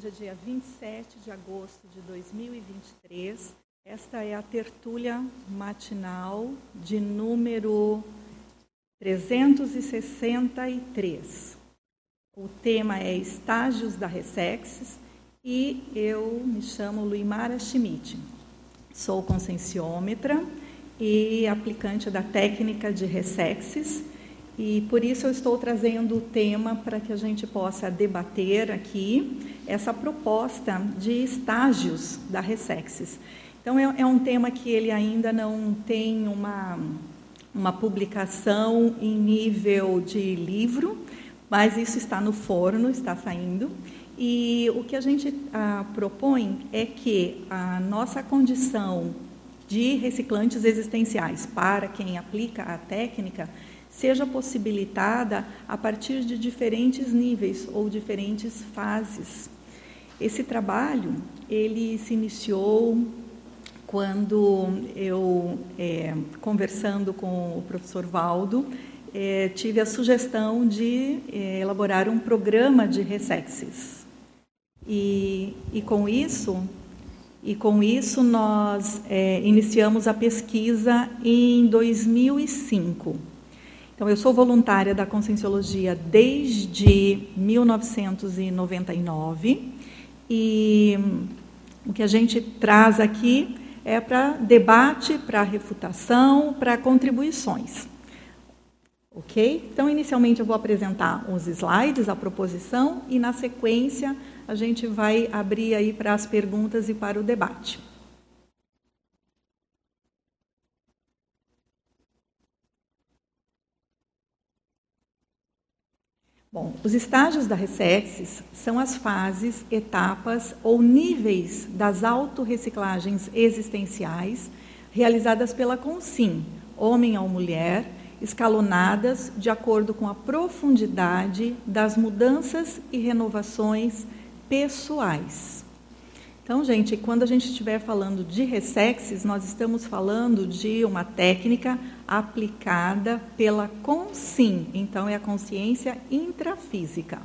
Hoje é dia 27 de agosto de 2023. Esta é a tertúlia matinal de número 363. O tema é Estágios da Ressexis e eu me chamo Luimara Schmidt. Sou conscienciômetra e aplicante da técnica de Ressexis. E por isso eu estou trazendo o tema para que a gente possa debater aqui essa proposta de estágios da Ressexis. Então é um tema que ele ainda não tem uma publicação em nível de livro, mas isso está no forno, está saindo. E o que a gente propõe é que a nossa condição de reciclantes existenciais para quem aplica a técnica seja possibilitada a partir de diferentes níveis ou diferentes fases. Esse trabalho, ele se iniciou quando eu, conversando com o professor Valdo, tive a sugestão de elaborar um programa de Ressexis. E com isso nós iniciamos a pesquisa em 2005. Então, eu sou voluntária da Conscienciologia desde 1999 e o que a gente traz aqui é para debate, para refutação, para contribuições. Ok? Então, inicialmente eu vou apresentar os slides, a proposição e, na sequência, a gente vai abrir aí para as perguntas e para o debate. Bom, os estágios da Ressexis são as fases, etapas ou níveis das autorreciclagens existenciais realizadas pela Consim, homem ou mulher, escalonadas de acordo com a profundidade das mudanças e renovações pessoais. Então, gente, quando a gente estiver falando de Ressexis, nós estamos falando de uma técnica aplicada pela Consim, então é a consciência intrafísica.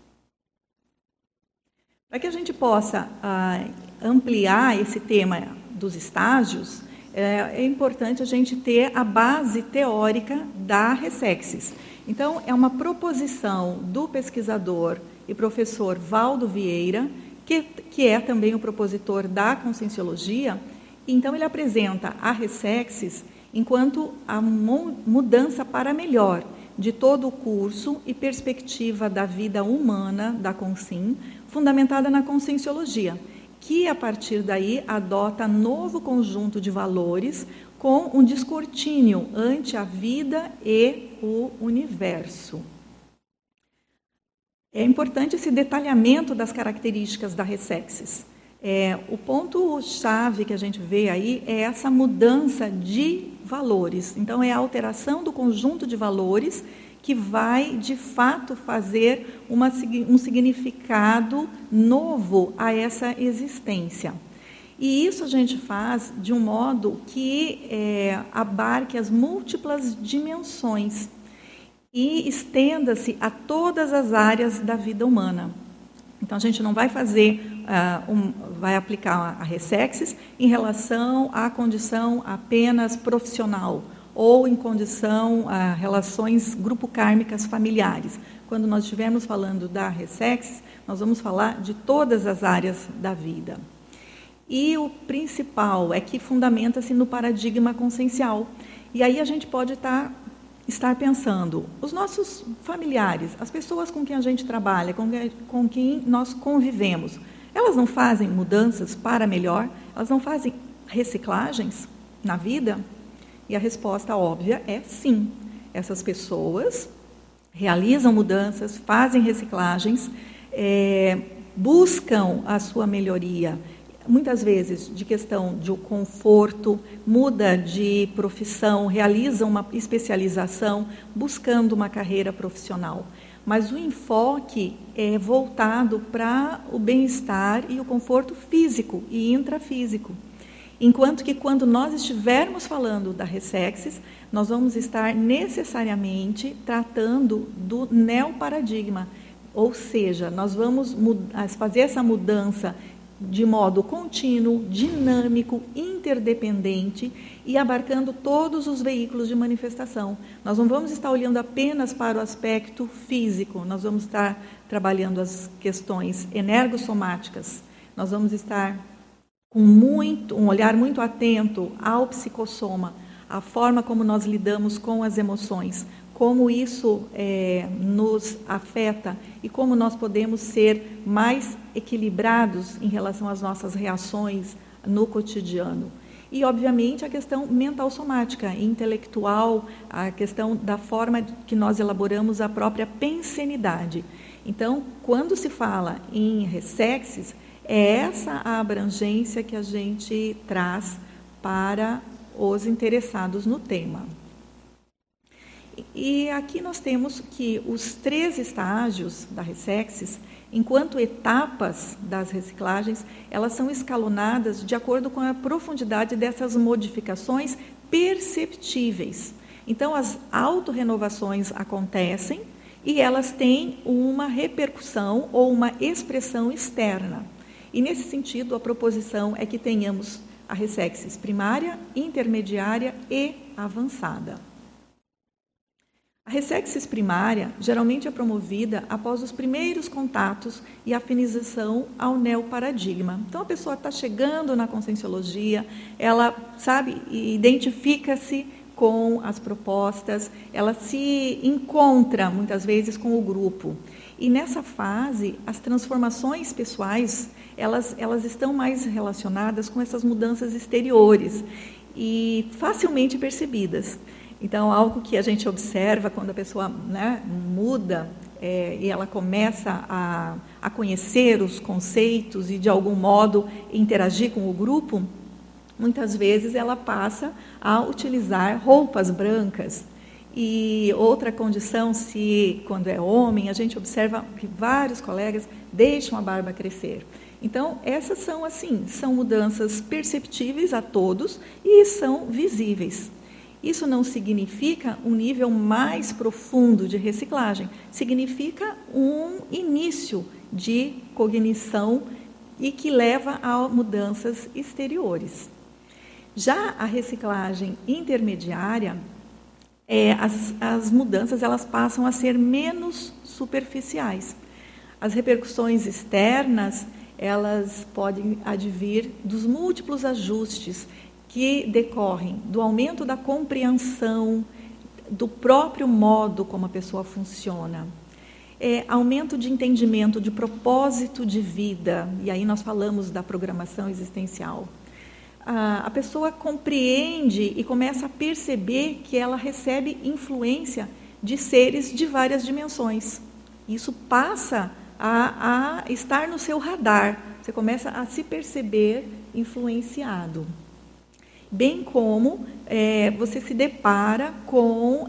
Para que a gente possa ampliar esse tema dos estágios, é importante a gente ter a base teórica da Ressexis. Então, é uma proposição do pesquisador e professor Valdo Vieira, que é também o propositor da Conscienciologia. Então, ele apresenta a Ressexis enquanto a mudança para melhor de todo o curso e perspectiva da vida humana da Consim, fundamentada na Conscienciologia, que, a partir daí, adota novo conjunto de valores com um descortínio ante a vida e o universo. É importante esse detalhamento das características da Ressexis. O ponto-chave que a gente vê aí é essa mudança de valores. Então, é a alteração do conjunto de valores que vai, de fato, fazer um significado novo a essa existência. E isso a gente faz de um modo que abarque as múltiplas dimensões e estenda-se a todas as áreas da vida humana. Então, a gente não vai vai aplicar a Ressexis em relação à condição apenas profissional ou em condição a relações grupo-kármicas familiares. Quando nós estivermos falando da Ressexis, nós vamos falar de todas as áreas da vida. E o principal é que fundamenta-se no paradigma consciencial. E aí a gente pode estar pensando, os nossos familiares, as pessoas com quem a gente trabalha, com quem nós convivemos, elas não fazem mudanças para melhor? Elas não fazem reciclagens na vida? E a resposta óbvia é sim. Essas pessoas realizam mudanças, fazem reciclagens, buscam a sua melhoria, muitas vezes de questão de conforto, muda de profissão, realiza uma especialização, buscando uma carreira profissional. Mas o enfoque é voltado para o bem-estar e o conforto físico e intrafísico. Enquanto que quando nós estivermos falando da Ressexis, nós vamos estar necessariamente tratando do neoparadigma, Ou seja, nós vamos fazer essa mudança de modo contínuo, dinâmico, interdependente e abarcando todos os veículos de manifestação. Nós não vamos estar olhando apenas para o aspecto físico, nós vamos estar trabalhando as questões energossomáticas, nós vamos estar com um olhar muito atento ao psicossoma, a forma como nós lidamos com as emoções, como isso nos afeta e como nós podemos ser mais equilibrados em relação às nossas reações no cotidiano. E, obviamente, a questão mental somática, intelectual, a questão da forma que nós elaboramos a própria pensenidade. Então, quando se fala em ressexes, é essa a abrangência que a gente traz para os interessados no tema. E aqui nós temos que os 3 estágios da ressexes, enquanto etapas das reciclagens, elas são escalonadas de acordo com a profundidade dessas modificações perceptíveis. Então, as autorrenovações acontecem e elas têm uma repercussão ou uma expressão externa. E, nesse sentido, a proposição é que tenhamos a ressexes primária, intermediária e avançada. A ressexes primária geralmente é promovida após os primeiros contatos e afinização ao neoparadigma. Então, a pessoa está chegando na conscienciologia, ela, identifica-se com as propostas, ela se encontra, muitas vezes, com o grupo. E, nessa fase, as transformações pessoais, elas estão mais relacionadas com essas mudanças exteriores e facilmente percebidas. Então, algo que a gente observa quando a pessoa muda e ela começa a conhecer os conceitos e, de algum modo, interagir com o grupo, muitas vezes ela passa a utilizar roupas brancas. E outra condição, quando é homem, a gente observa que vários colegas deixam a barba crescer. Então, essas são mudanças perceptíveis a todos e são visíveis. Isso não significa um nível mais profundo de reciclagem, significa um início de cognição e que leva a mudanças exteriores. Já a reciclagem intermediária, as mudanças elas passam a ser menos superficiais. As repercussões externas, elas podem advir dos múltiplos ajustes que decorrem do aumento da compreensão do próprio modo como a pessoa funciona, aumento de entendimento de propósito de vida, e aí nós falamos da programação existencial. A pessoa compreende e começa a perceber que ela recebe influência de seres de várias dimensões. Isso passa a estar no seu radar, você começa a se perceber influenciado. Bem como você se depara com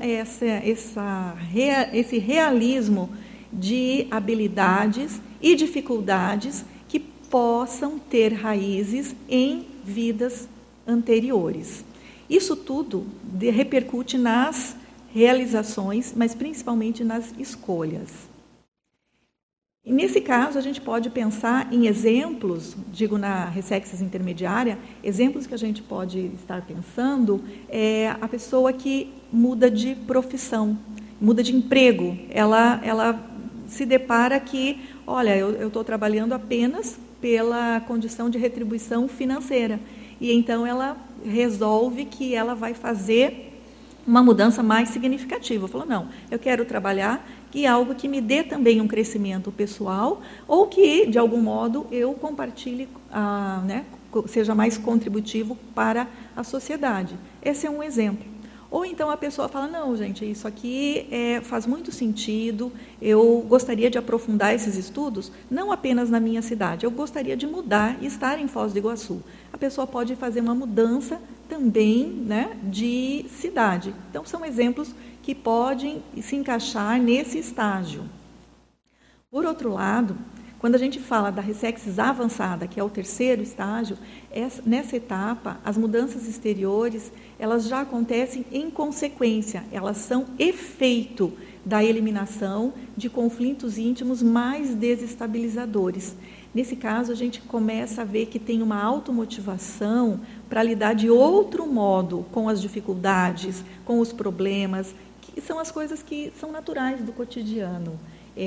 esse realismo de habilidades e dificuldades que possam ter raízes em vidas anteriores. Isso tudo repercute nas realizações, mas principalmente nas escolhas. E nesse caso, a gente pode pensar em exemplos, digo na ressexes intermediária, exemplos que a gente pode estar pensando é a pessoa que muda de profissão, muda de emprego. Ela se depara que, olha, eu estou trabalhando apenas pela condição de retribuição financeira. E então ela resolve que ela vai fazer uma mudança mais significativa. Falou, não, eu quero trabalhar e algo que me dê também um crescimento pessoal ou que, de algum modo, eu compartilhe, seja mais contributivo para a sociedade. Esse é um exemplo. Ou então a pessoa fala, não, gente, isso aqui faz muito sentido, eu gostaria de aprofundar esses estudos, não apenas na minha cidade, eu gostaria de mudar e estar em Foz do Iguaçu. A pessoa pode fazer uma mudança também de cidade. Então, são exemplos que podem se encaixar nesse estágio. Por outro lado, Quando a gente fala da ressexis avançada, que é o terceiro estágio, nessa etapa, as mudanças exteriores, elas já acontecem em consequência, elas são efeito da eliminação de conflitos íntimos mais desestabilizadores. Nesse caso, a gente começa a ver que tem uma automotivação para lidar de outro modo com as dificuldades, com os problemas, que são as coisas que são naturais do cotidiano.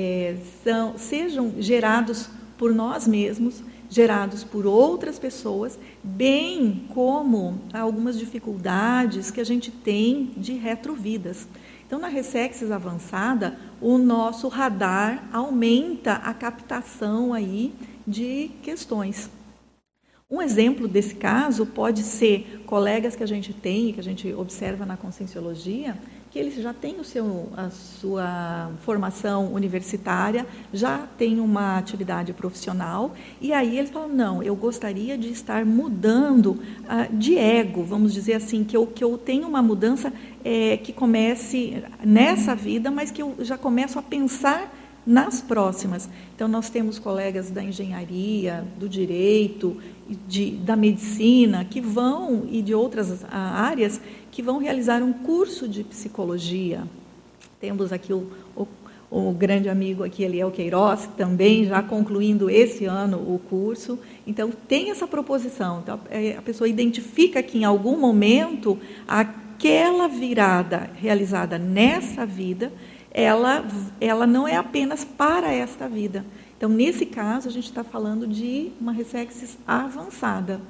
Sejam gerados por nós mesmos, gerados por outras pessoas, bem como algumas dificuldades que a gente tem de retrovidas. Então, na ressexis avançada, o nosso radar aumenta a captação aí de questões. Um exemplo desse caso pode ser colegas que a gente tem, que a gente observa na conscienciologia, que eles já têm a sua formação universitária, já têm uma atividade profissional, e aí eles falam, não, eu gostaria de estar mudando de ego, vamos dizer assim, que eu tenho uma mudança que comece nessa vida, mas que eu já começo a pensar nas próximas. Então, nós temos colegas da engenharia, do direito, da medicina, que vão, e de outras áreas, que vão realizar um curso de psicologia. Temos aqui o grande amigo aqui, Eliel Queiroz, também já concluindo esse ano o curso. Então, tem essa proposição. Então, a pessoa identifica que, em algum momento, aquela virada realizada nessa vida, ela não é apenas para esta vida. Então, nesse caso, a gente está falando de uma ressexis avançada.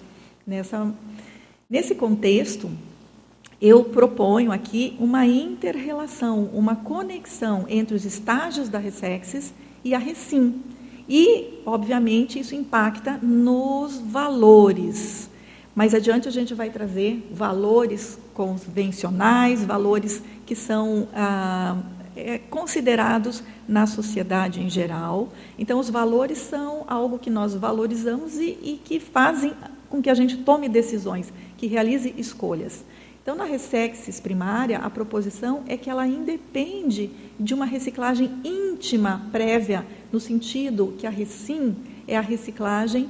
Nesse contexto, eu proponho aqui uma inter-relação, uma conexão entre os estágios da ressexis e a ressim. E, obviamente, isso impacta nos valores. Mais adiante, a gente vai trazer valores convencionais, valores que são considerados na sociedade em geral. Então, os valores são algo que nós valorizamos e que fazem com que a gente tome decisões, que realize escolhas. Então, na ressexis primária, a proposição é que ela independe de uma reciclagem íntima prévia, no sentido que a ressim é a reciclagem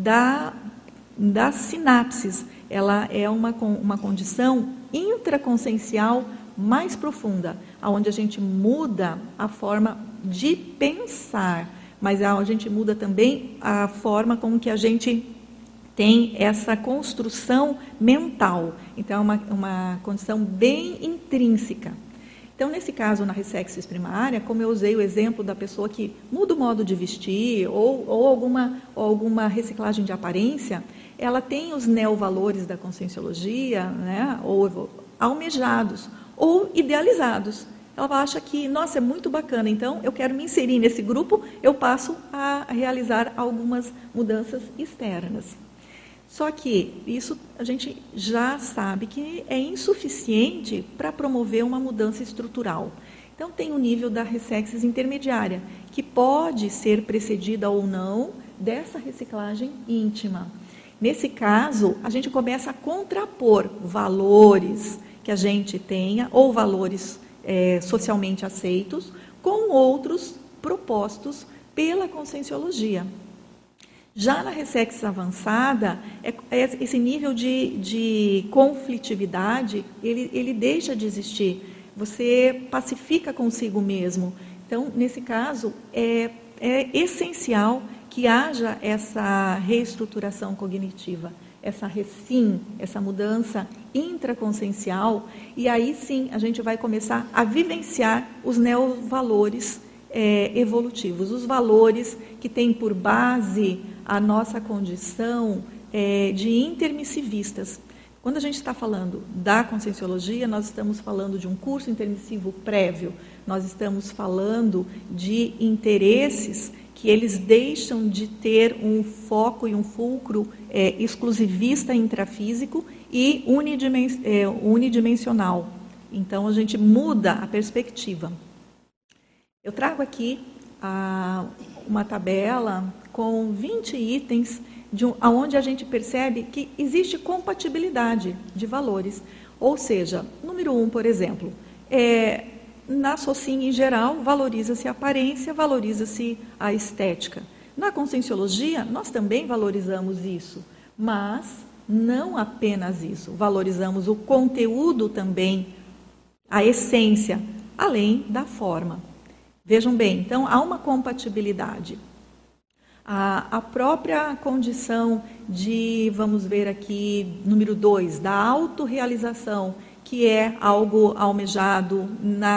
das sinapses. Ela é uma condição intraconsciencial mais profunda, onde a gente muda a forma de pensar, mas a gente muda também a forma como que a gente tem essa construção mental. Então, é uma condição bem intrínseca. Então, nesse caso, na ressexis primária, como eu usei o exemplo da pessoa que muda o modo de vestir ou alguma reciclagem de aparência, ela tem os neovalores da conscienciologia, né, ou almejados, ou idealizados. Ela acha que, nossa, é muito bacana, então eu quero me inserir nesse grupo, eu passo a realizar algumas mudanças externas. Só que isso a gente já sabe que é insuficiente para promover uma mudança estrutural. Então, tem o nível da ressexis intermediária, que pode ser precedida ou não dessa reciclagem íntima. Nesse caso, a gente começa a contrapor valores que a gente tenha, ou valores socialmente aceitos, com outros propostos pela conscienciologia. Já na ressexis avançada, esse nível de conflitividade, ele deixa de existir. Você pacifica consigo mesmo. Então, nesse caso, é essencial que haja essa reestruturação cognitiva, essa ressim, essa mudança intraconsciencial, e aí sim a gente vai começar a vivenciar os neovalores evolutivos, os valores que têm por base a nossa condição de intermissivistas. Quando a gente está falando da conscienciologia, nós estamos falando de um curso intermissivo prévio, nós estamos falando de interesses que eles deixam de ter um foco e um fulcro exclusivista intrafísico e unidimensional. Então, a gente muda a perspectiva. Eu trago aqui uma tabela com 20 itens, onde a gente percebe que existe compatibilidade de valores. Ou seja, número 1, por exemplo, na SOCIM em geral, valoriza-se a aparência, valoriza-se a estética. Na Conscienciologia, nós também valorizamos isso, mas não apenas isso, valorizamos o conteúdo também, a essência, além da forma. Vejam bem, então há uma compatibilidade. A própria condição de, vamos ver aqui, número 2, da autorrealização, que é algo almejado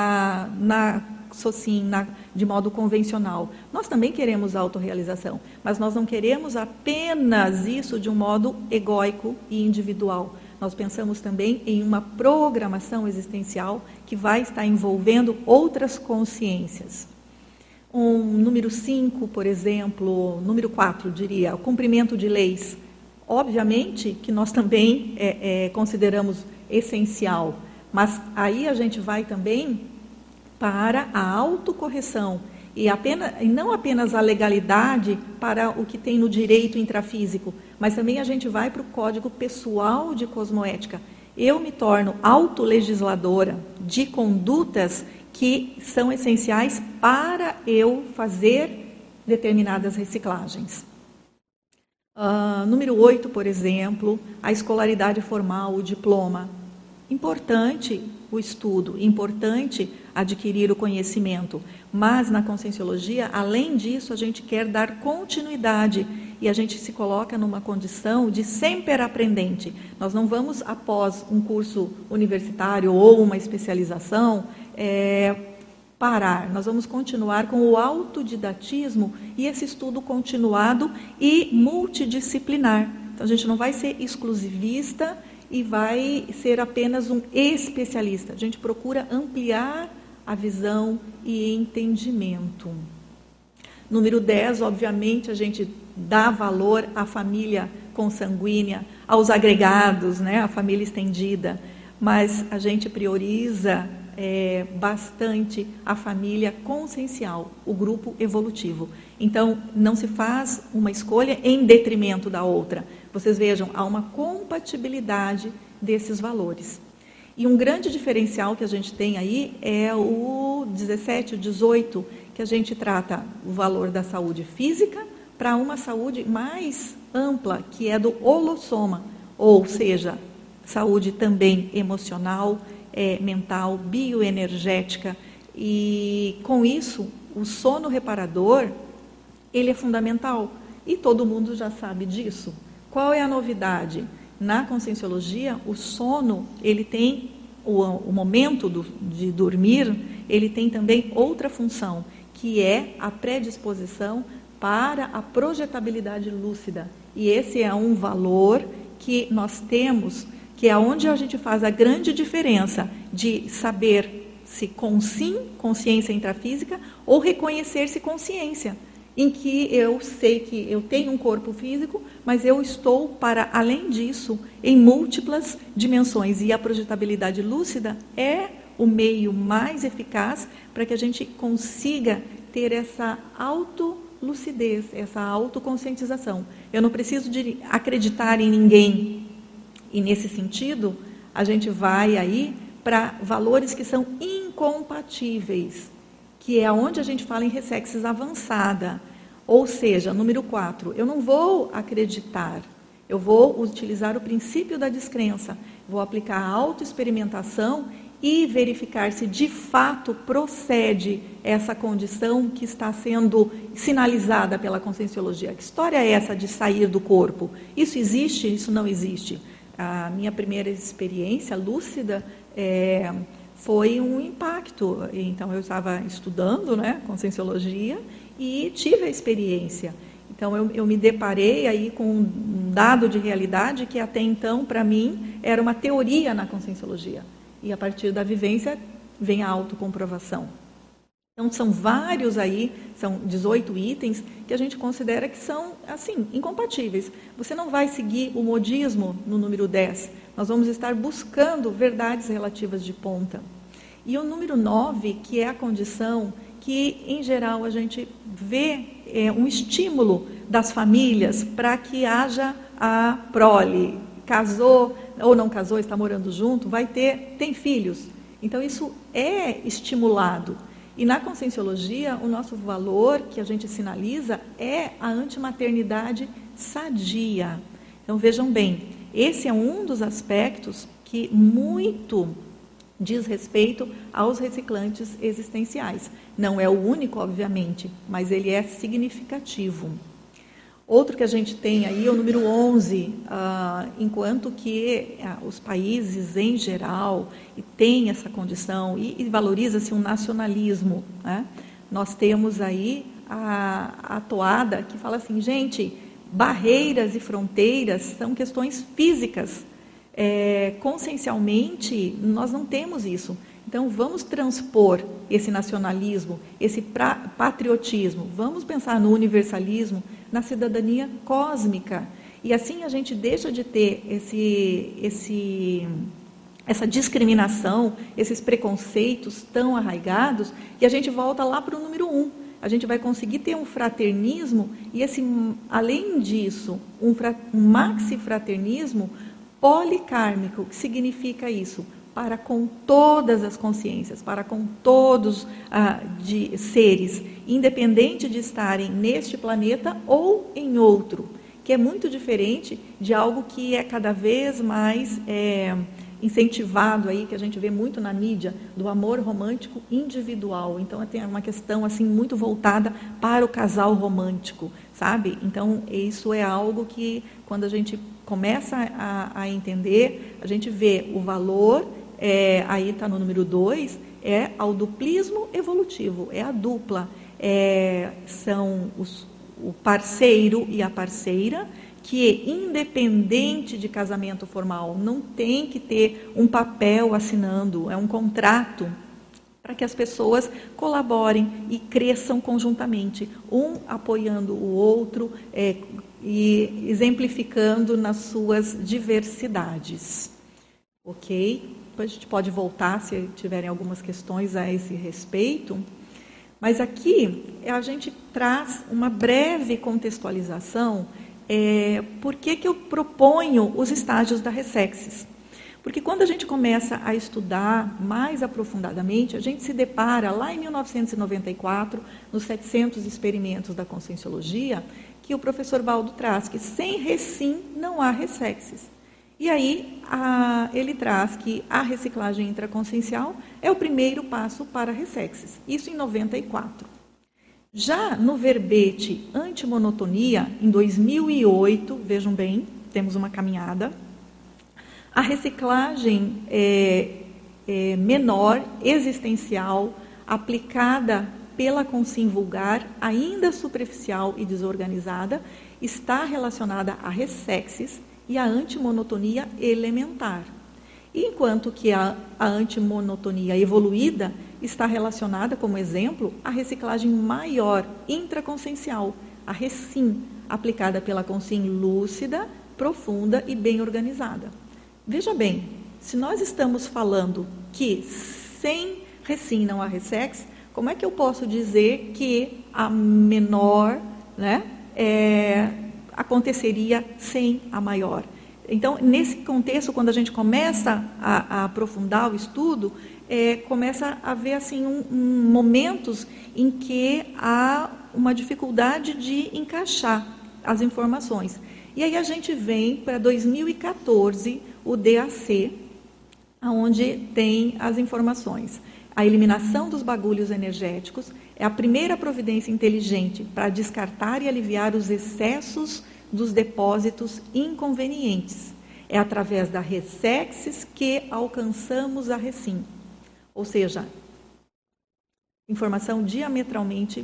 de modo convencional. Nós também queremos autorrealização, mas nós não queremos apenas isso de um modo egóico e individual. Nós pensamos também em uma programação existencial que vai estar envolvendo outras consciências. Número 5, por exemplo, número 4, diria, o cumprimento de leis. Obviamente que nós também consideramos essencial, mas aí a gente vai também para a autocorreção e não apenas a legalidade para o que tem no direito intrafísico, mas também a gente vai para o Código Pessoal de Cosmoética. Eu me torno autolegisladora de condutas que são essenciais para eu fazer determinadas reciclagens. Número 8, por exemplo, a escolaridade formal, o diploma. Importante o estudo, importante adquirir o conhecimento, mas na Conscienciologia, além disso, a gente quer dar continuidade e a gente se coloca numa condição de sempre aprendente. Nós não vamos, após um curso universitário ou uma especialização, parar. Nós vamos continuar com o autodidatismo e esse estudo continuado e multidisciplinar. Então, a gente não vai ser exclusivista e vai ser apenas um especialista. A gente procura ampliar a visão e entendimento. Número 10, obviamente, a gente dá valor à família consanguínea, aos agregados, né, à família estendida, mas a gente prioriza bastante a família consciencial, o grupo evolutivo. Então, não se faz uma escolha em detrimento da outra. Vocês vejam, há uma compatibilidade desses valores. E um grande diferencial que a gente tem aí é o 17, o 18, que a gente trata o valor da saúde física para uma saúde mais ampla, que é do holossoma, ou seja, saúde também emocional, mental, bioenergética. E com isso, o sono reparador, ele é fundamental. E todo mundo já sabe disso. Qual é a novidade? Na Conscienciologia, o sono, ele tem o momento de dormir, ele tem também outra função, que é a predisposição para a projetabilidade lúcida. E esse é um valor que nós temos, que é onde a gente faz a grande diferença de saber se com sim, consciência intrafísica, ou reconhecer-se consciência, em que eu sei que eu tenho um corpo físico, mas eu estou, para além disso, em múltiplas dimensões. E a projetabilidade lúcida é o meio mais eficaz para que a gente consiga ter essa autolucidez, essa autoconscientização. Eu não preciso de acreditar em ninguém. E nesse sentido, a gente vai aí para valores que são incompatíveis, que é onde a gente fala em ressexes avançada. Ou seja, número 4, eu não vou acreditar, eu vou utilizar o princípio da descrença, vou aplicar a autoexperimentação e verificar se de fato procede essa condição que está sendo sinalizada pela Conscienciologia. Que história é essa de sair do corpo? Isso existe? Isso não existe? A minha primeira experiência lúcida foi um impacto. Então, eu estava estudando, né, Conscienciologia, e tive a experiência. Então, eu me deparei aí com um dado de realidade que até então, para mim, era uma teoria na Conscienciologia. E a partir da vivência vem a autocomprovação. Então, são vários aí, são 18 itens que a gente considera que são, assim, incompatíveis. Você não vai seguir o modismo no número 10. Nós vamos estar buscando verdades relativas de ponta. E o número 9, que é a condição que, em geral, a gente vê um estímulo das famílias para que haja a prole. Casou ou não casou, está morando junto, tem filhos. Então, isso é estimulado. E na Conscienciologia, o nosso valor que a gente sinaliza é a antimaternidade sadia. Então, vejam bem, esse é um dos aspectos que muito diz respeito aos reciclantes existenciais. Não é o único, obviamente, mas ele é significativo. Outro que a gente tem aí é o número 11, enquanto que os países em geral têm essa condição e valoriza-se um nacionalismo, né? Nós temos aí a toada que fala assim, gente, barreiras e fronteiras são questões físicas. Consciencialmente, nós não temos isso. Então, vamos transpor esse nacionalismo, esse patriotismo, vamos pensar no universalismo, na cidadania cósmica. E assim a gente deixa de ter essa discriminação, esses preconceitos tão arraigados, e a gente volta lá para o número 1. A gente vai conseguir ter um fraternismo, e além disso, um maxifraternismo policármico. O que significa isso? Para com todas as consciências, para com todos de seres, independente de estarem neste planeta ou em outro, que é muito diferente de algo que é cada vez mais incentivado aí, que a gente vê muito na mídia, do amor romântico individual. Então, tem uma questão assim muito voltada para o casal romântico, sabe? Então, isso é algo que, quando a gente começa a entender, a gente vê o valor. Aí está no número 2, é ao duplismo evolutivo, é a dupla, são o parceiro e a parceira, que independente de casamento formal, não tem que ter um papel assinando, é um contrato, para que as pessoas colaborem e cresçam conjuntamente, um apoiando o outro e exemplificando nas suas diversidades. Ok? Depois a gente pode voltar se tiverem algumas questões a esse respeito. Mas aqui a gente traz uma breve contextualização. Por que eu proponho os estágios da Ressexis? Porque quando a gente começa a estudar mais aprofundadamente, a gente se depara lá em 1994, nos 700 experimentos da Conscienciologia, que o professor Baldo traz que sem recim não há Ressexis. E aí ele traz que a reciclagem intraconsciencial é o primeiro passo para a Ressexis. Isso em 94. Já no verbete antimonotonia, em 2008, vejam bem, temos uma caminhada, a reciclagem menor, existencial, aplicada pela consciência vulgar, ainda superficial e desorganizada, está relacionada à Ressexis e a antimonotonia elementar. Enquanto que a antimonotonia evoluída está relacionada, como exemplo, à reciclagem maior intraconsciencial, a recim, aplicada pela consciência lúcida, profunda e bem organizada. Veja bem, se nós estamos falando que sem recim não há Ressexis, como é que eu posso dizer que a menor, né, aconteceria sem a maior? Então, nesse contexto, quando a gente começa a aprofundar o estudo, começa a haver assim, momentos em que há uma dificuldade de encaixar as informações. E aí a gente vem para 2014, o DAC, onde tem as informações. A eliminação dos bagulhos energéticos é a primeira providência inteligente para descartar e aliviar os excessos dos depósitos inconvenientes. É através da Ressexis que alcançamos a recim. Ou seja, informação diametralmente,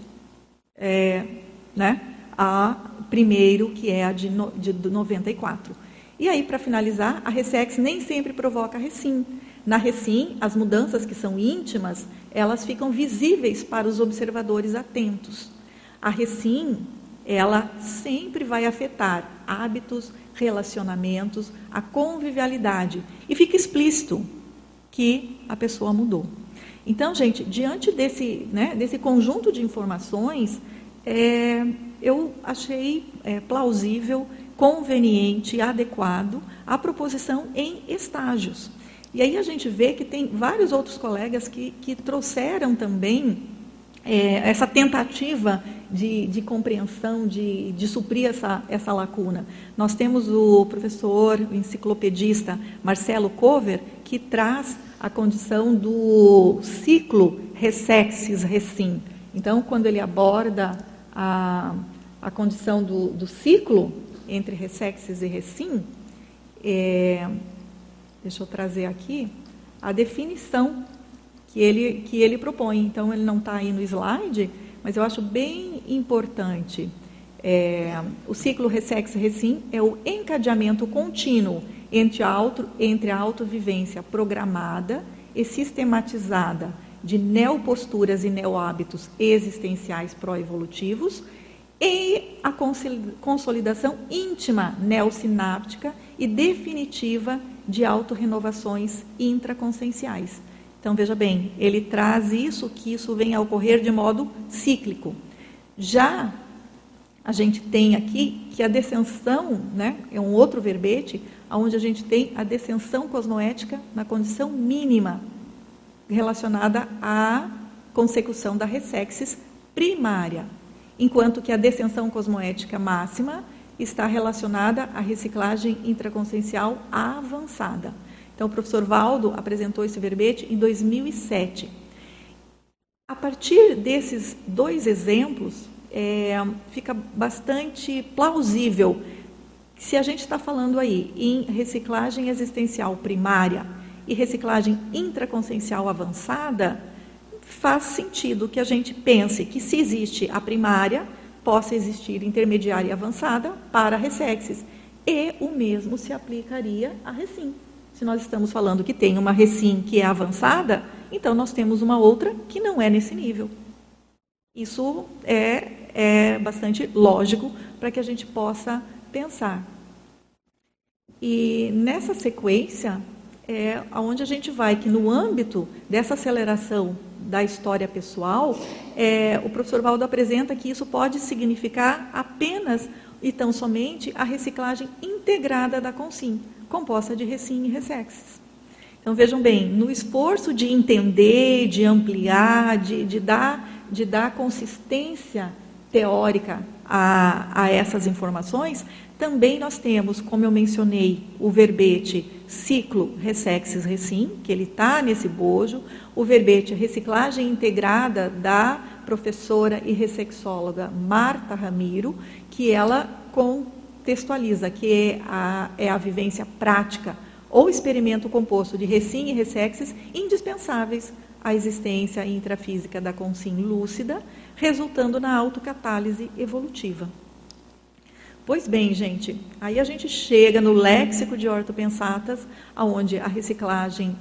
a primeiro, que é a de 94. E aí, para finalizar, a Ressexis nem sempre provoca recim. Na recim, as mudanças que são íntimas, elas ficam visíveis para os observadores atentos. A recim, ela sempre vai afetar hábitos, relacionamentos, a convivialidade. E fica explícito que a pessoa mudou. Então, gente, diante desse conjunto de informações, eu achei plausível, conveniente, adequado a proposição em estágios. E aí a gente vê que tem vários outros colegas que trouxeram também essa tentativa de compreensão, de suprir essa lacuna. Nós temos o professor, o enciclopedista Marcelo Cover, que traz a condição do ciclo Ressexis-Recim. Então, quando ele aborda a condição do ciclo entre Ressexis e Recim, deixa eu trazer aqui a definição que ele propõe. Então, ele não está aí no slide, mas eu acho bem importante. O ciclo Ressexis-Recim é o encadeamento contínuo entre a autovivência programada e sistematizada de neoposturas e neohábitos existenciais pró-evolutivos e a consolidação íntima neosináptica e definitiva de autorrenovações intraconscienciais. Então, veja bem, ele traz isso, que isso vem a ocorrer de modo cíclico. Já a gente tem aqui que a descensão, né, é um outro verbete, onde a gente tem a descensão cosmoética na condição mínima, relacionada à consecução da ressexis primária, enquanto que a descensão cosmoética máxima está relacionada à reciclagem intraconsciencial avançada. Então, o professor Valdo apresentou esse verbete em 2007. A partir desses dois exemplos, fica bastante plausível que, se a gente está falando aí em reciclagem existencial primária e reciclagem intraconsciencial avançada, faz sentido que a gente pense que, se existe a primária, possa existir intermediária e avançada para a ressexis. E o mesmo se aplicaria à recim. Se nós estamos falando que tem uma recim que é avançada, então nós temos uma outra que não é nesse nível. Isso é bastante lógico para que a gente possa pensar. E nessa sequência é onde a gente vai, que no âmbito dessa aceleração da história pessoal, o professor Valdo apresenta que isso pode significar apenas e tão somente a reciclagem integrada da consim, composta de recim e ressexis. Então, vejam bem, no esforço de entender, de ampliar, de dar consistência teórica a essas informações, também nós temos, como eu mencionei, o verbete ciclo ressexis recim, que ele está nesse bojo, o verbete reciclagem integrada da professora e ressexóloga Marta Ramiro, que ela contextualiza, que é a vivência prática ou experimento composto de recim e ressexis indispensáveis à existência intrafísica da consim lúcida, resultando na autocatálise evolutiva. Pois bem, gente, aí a gente chega no léxico de ortopensatas, onde a reciclagem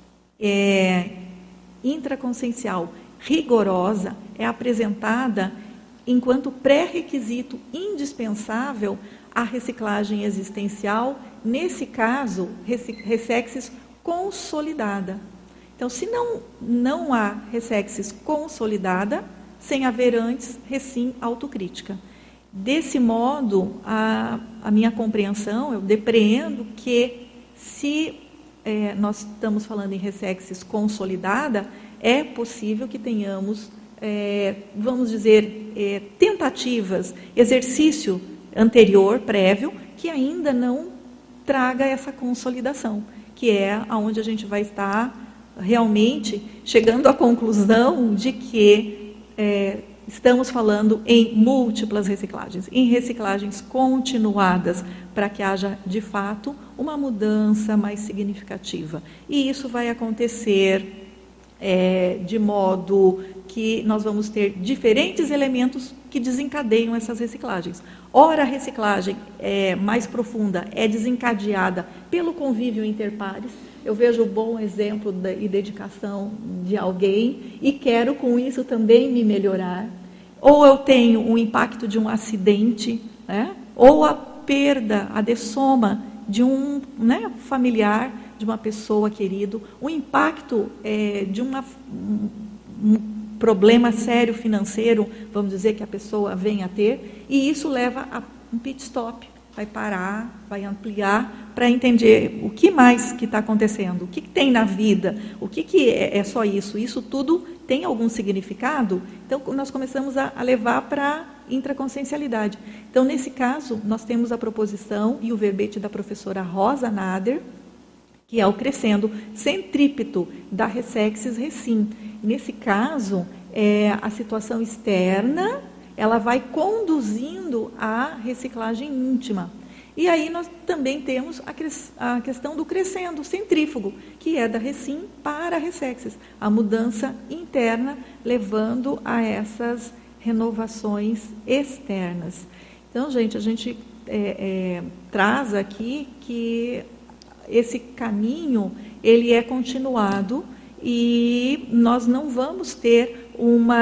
intraconsciencial rigorosa é apresentada enquanto pré-requisito indispensável à reciclagem existencial, nesse caso, ressexis consolidada. Então, se não há ressexis consolidada, sem haver antes recim autocrítica. Desse modo, a minha compreensão, eu depreendo que, se nós estamos falando em ressexis consolidada, é possível que tenhamos, vamos dizer, tentativas, exercício anterior, prévio, que ainda não traga essa consolidação, que é onde a gente vai estar realmente chegando à conclusão de que estamos falando em múltiplas reciclagens, em reciclagens continuadas, para que haja, de fato, uma mudança mais significativa. E isso vai acontecer de modo que nós vamos ter diferentes elementos que desencadeiam essas reciclagens. Ora, a reciclagem mais profunda é desencadeada pelo convívio interpares. Eu vejo o bom exemplo e dedicação de alguém e quero, com isso, também me melhorar. Ou eu tenho um impacto de um acidente, né? Ou a perda, a dessoma de um familiar, de uma pessoa querida, o impacto de um problema sério financeiro, vamos dizer, que a pessoa vem a ter, e isso leva a um pit stop, vai parar, vai ampliar, para entender o que mais que está acontecendo, o que tem na vida, o que é só isso. Isso tudo tem algum significado, então nós começamos a levar para intraconsciencialidade. Então, nesse caso, nós temos a proposição e o verbete da professora Rosa Nader, que é o crescendo centrípeto da Ressexis Recim. Nesse caso, a situação externa, ela vai conduzindo à reciclagem íntima. E aí nós também temos a questão do crescendo centrífugo, que é da Recim para a Ressexis, a mudança interna levando a essas renovações externas. Então, gente, a gente traz aqui que esse caminho ele é continuado e nós não vamos ter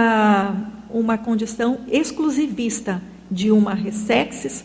uma condição exclusivista de uma Ressexis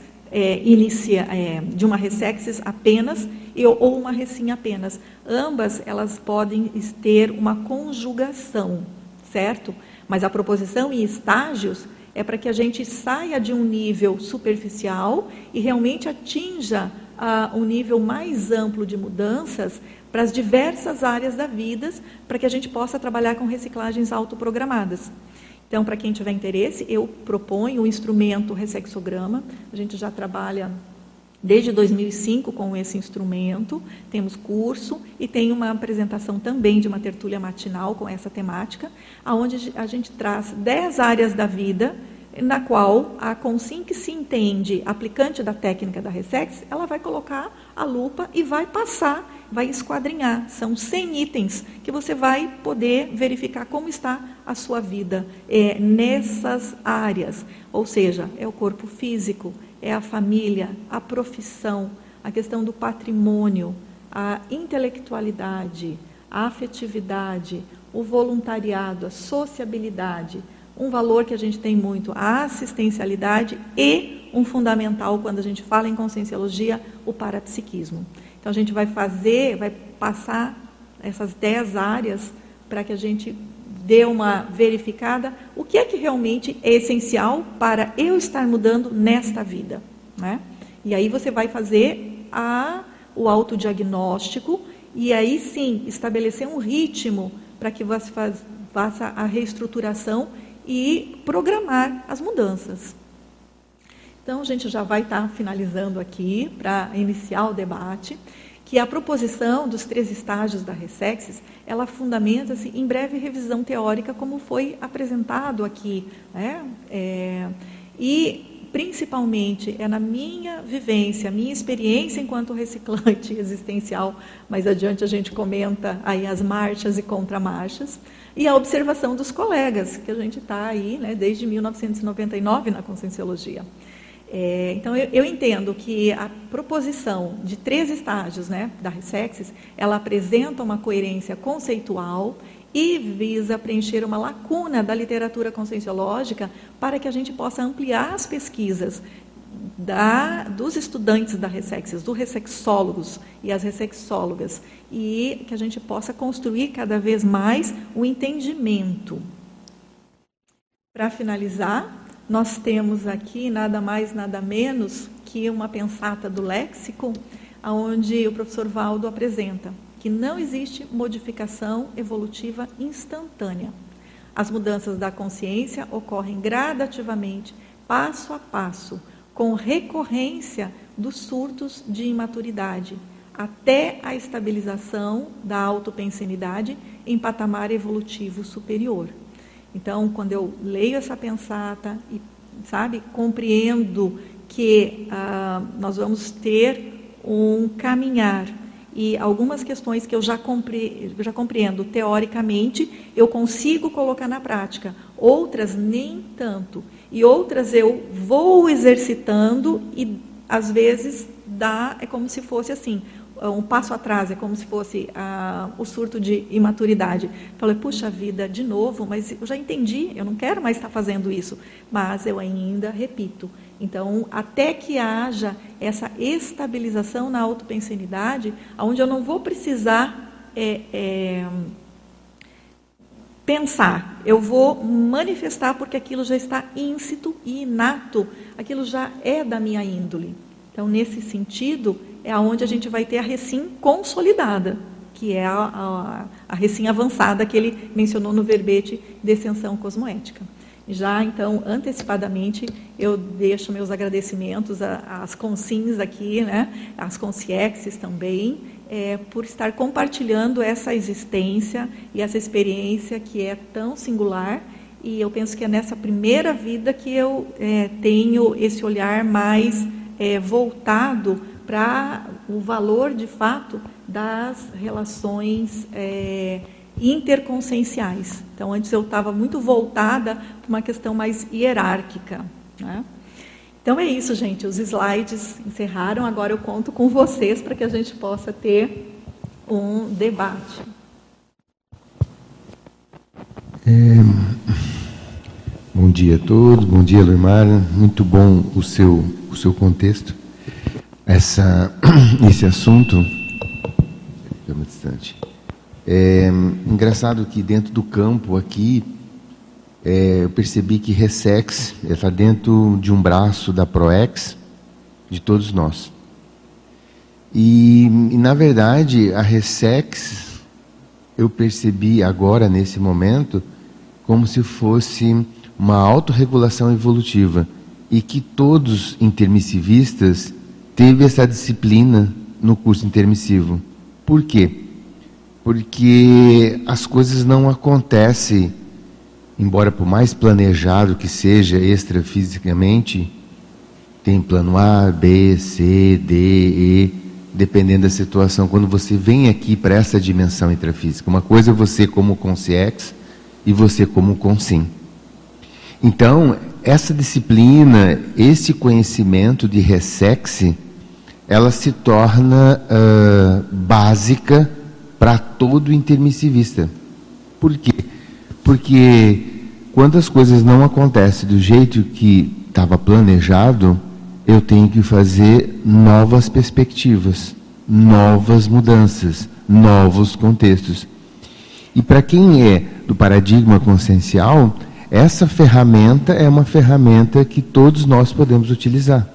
de uma Ressexis apenas ou uma Recim apenas. Ambas elas podem ter uma conjugação, certo? Mas a proposição em estágios é para que a gente saia de um nível superficial e realmente atinja um nível mais amplo de mudanças para as diversas áreas da vida, para que a gente possa trabalhar com reciclagens autoprogramadas. Então, para quem tiver interesse, eu proponho o instrumento Ressexograma. A gente já trabalha desde 2005 com esse instrumento, temos curso e tem uma apresentação também de uma tertúlia matinal com essa temática, onde a gente traz 10 áreas da vida, na qual a Consim que se entende aplicante da técnica da Ressexis, ela vai colocar a lupa e vai passar, vai esquadrinhar. São 100 itens que você vai poder verificar como está a sua vida nessas áreas. Ou seja, é o corpo físico, é a família, a profissão, a questão do patrimônio, a intelectualidade, a afetividade, o voluntariado, a sociabilidade, um valor que a gente tem muito, a assistencialidade e um fundamental, quando a gente fala em conscienciologia, o parapsiquismo. Então, a gente vai passar essas 10 áreas para que a gente dê uma verificada o que é que realmente é essencial para eu estar mudando nesta vida, né? E aí você vai fazer o autodiagnóstico e aí sim estabelecer um ritmo para que você faça a reestruturação e programar as mudanças. Então, a gente já vai estar finalizando aqui para iniciar o debate, que a proposição dos 3 estágios da Ressexis, ela fundamenta-se em breve revisão teórica, como foi apresentado aqui, né? E, principalmente, na minha vivência, minha experiência enquanto reciclante existencial, mais adiante a gente comenta aí as marchas e contramarchas, e a observação dos colegas, que a gente está aí, né, desde 1999 na Conscienciologia. Então, eu entendo que a proposição de 3 estágios, né, da Ressexis, ela apresenta uma coerência conceitual e visa preencher uma lacuna da literatura conscienciológica para que a gente possa ampliar as pesquisas dos estudantes da Ressexis, dos ressexólogos e as ressexólogas, e que a gente possa construir cada vez mais o entendimento. Para finalizar, nós temos aqui nada mais, nada menos que uma pensata do léxico, onde o professor Valdo apresenta que não existe modificação evolutiva instantânea. As mudanças da consciência ocorrem gradativamente, passo a passo, com recorrência dos surtos de imaturidade, até a estabilização da autopensenidade em patamar evolutivo superior. Então, quando eu leio essa pensata e, compreendo que nós vamos ter um caminhar e algumas questões que eu já compreendo teoricamente, eu consigo colocar na prática, outras nem tanto, e outras eu vou exercitando e, às vezes, é como se fosse assim, um passo atrás, é como se fosse o surto de imaturidade. Falei, puxa vida, de novo, mas eu já entendi, eu não quero mais estar fazendo isso, mas eu ainda repito. Então, até que haja essa estabilização na autopensenidade, onde eu não vou precisar pensar, eu vou manifestar porque aquilo já está íncito e inato, aquilo já é da minha índole. Então, nesse sentido, é onde a gente vai ter a Recim consolidada, que é a recém-avançada que ele mencionou no verbete de extensão cosmoética. Já, então, antecipadamente, eu deixo meus agradecimentos às consins aqui, né, às consciexes também, por estar compartilhando essa existência e essa experiência que é tão singular, e eu penso que é nessa primeira vida que eu tenho esse olhar mais voltado para o valor, de fato, das relações interconscienciais. Então, antes eu estava muito voltada para uma questão mais hierárquica, né? Então é isso, gente. Os slides encerraram. Agora eu conto com vocês para que a gente possa ter um debate. Bom dia a todos. Bom dia, Luimara. Muito bom o seu contexto. Esse assunto... Fica muito distante. Engraçado que dentro do campo aqui, eu percebi que Ressex está dentro de um braço da Proex, de todos nós. E na verdade, a Ressex, eu percebi agora, nesse momento, como se fosse uma autorregulação evolutiva, e que todos intermissivistas teve essa disciplina no curso intermissivo. Por quê? Porque as coisas não acontecem, embora por mais planejado que seja extrafisicamente, tem plano A, B, C, D, E, dependendo da situação. Quando você vem aqui para essa dimensão intrafísica, uma coisa é você como consciex e você como consim. Então, essa disciplina, esse conhecimento de Ressex, ela se torna básica para todo intermissivista. Por quê? Porque quando as coisas não acontecem do jeito que estava planejado, eu tenho que fazer novas perspectivas, novas mudanças, novos contextos. E para quem é do paradigma consciencial, essa ferramenta é uma ferramenta que todos nós podemos utilizar.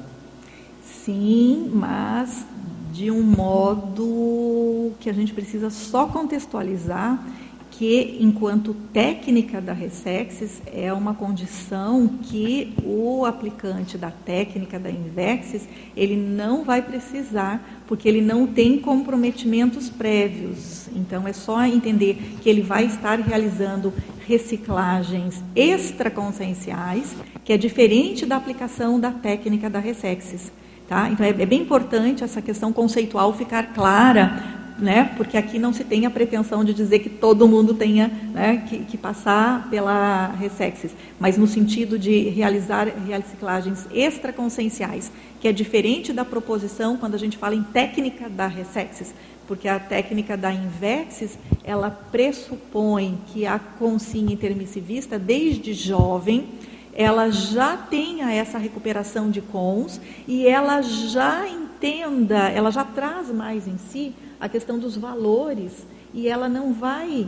Sim, mas de um modo que a gente precisa só contextualizar que, enquanto técnica da Ressex, é uma condição que o aplicante da técnica da Invexis, ele não vai precisar, porque ele não tem comprometimentos prévios. Então, é só entender que ele vai estar realizando reciclagens extraconscienciais, que é diferente da aplicação da técnica da Ressex. Tá? Então, é bem importante essa questão conceitual ficar clara, né? Porque aqui não se tem a pretensão de dizer que todo mundo tenha, né, que passar pela Ressex, mas no sentido de realizar reciclagens extraconscienciais, que é diferente da proposição quando a gente fala em técnica da Ressex, porque a técnica da Invexis, ela pressupõe que a consciência intermissivista, desde jovem, ela já tenha essa recuperação de cons e ela já entenda, ela já traz mais em si a questão dos valores e ela não vai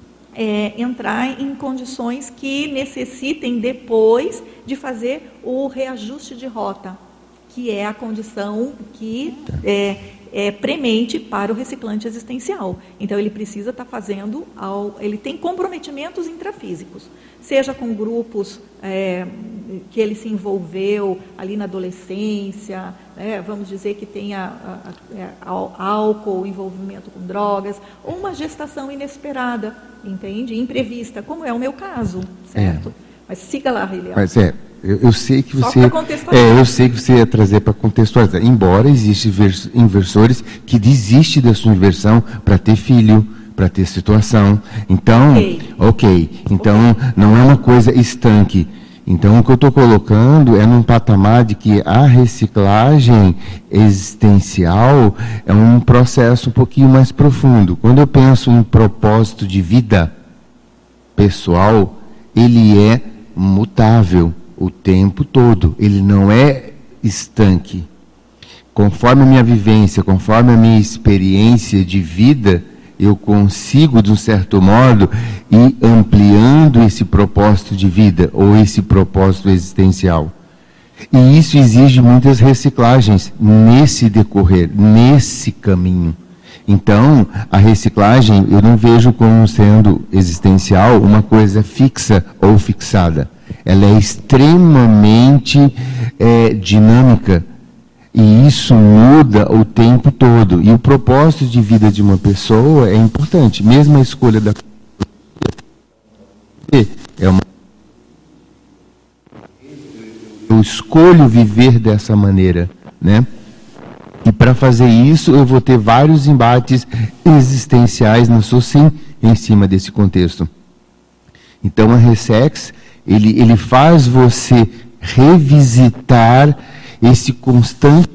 entrar em condições que necessitem depois de fazer o reajuste de rota, que é a condição que é premente para o reciclante existencial. Então, ele precisa estar fazendo, ele tem comprometimentos intrafísicos, seja com grupos que ele se envolveu ali na adolescência, vamos dizer que tenha álcool, envolvimento com drogas, ou uma gestação inesperada, entende? Imprevista, como é o meu caso, certo? Mas siga lá, Rilian. Mas eu sei que você, eu sei que você ia trazer para contextualizar. Embora existam inversores que desistem da sua inversão para ter filho, para ter situação. Então, então não é uma coisa estanque. Então, o que eu estou colocando é num patamar de que a reciclagem existencial é um processo um pouquinho mais profundo. Quando eu penso em propósito de vida pessoal, ele é mutável o tempo todo, ele não é estanque. Conforme a minha vivência, conforme a minha experiência de vida, eu consigo, de um certo modo, ir ampliando esse propósito de vida, ou esse propósito existencial. E isso exige muitas reciclagens nesse decorrer, nesse caminho. Então, a reciclagem eu não vejo como sendo existencial uma coisa fixa ou fixada. Ela é extremamente dinâmica e isso muda o tempo todo. E o propósito de vida de uma pessoa é importante. Mesmo a escolha da eu escolho viver dessa maneira, né? E para fazer isso, eu vou ter vários embates existenciais, não sou sim, em cima desse contexto. Então, a Ressex, ele faz você revisitar esse constante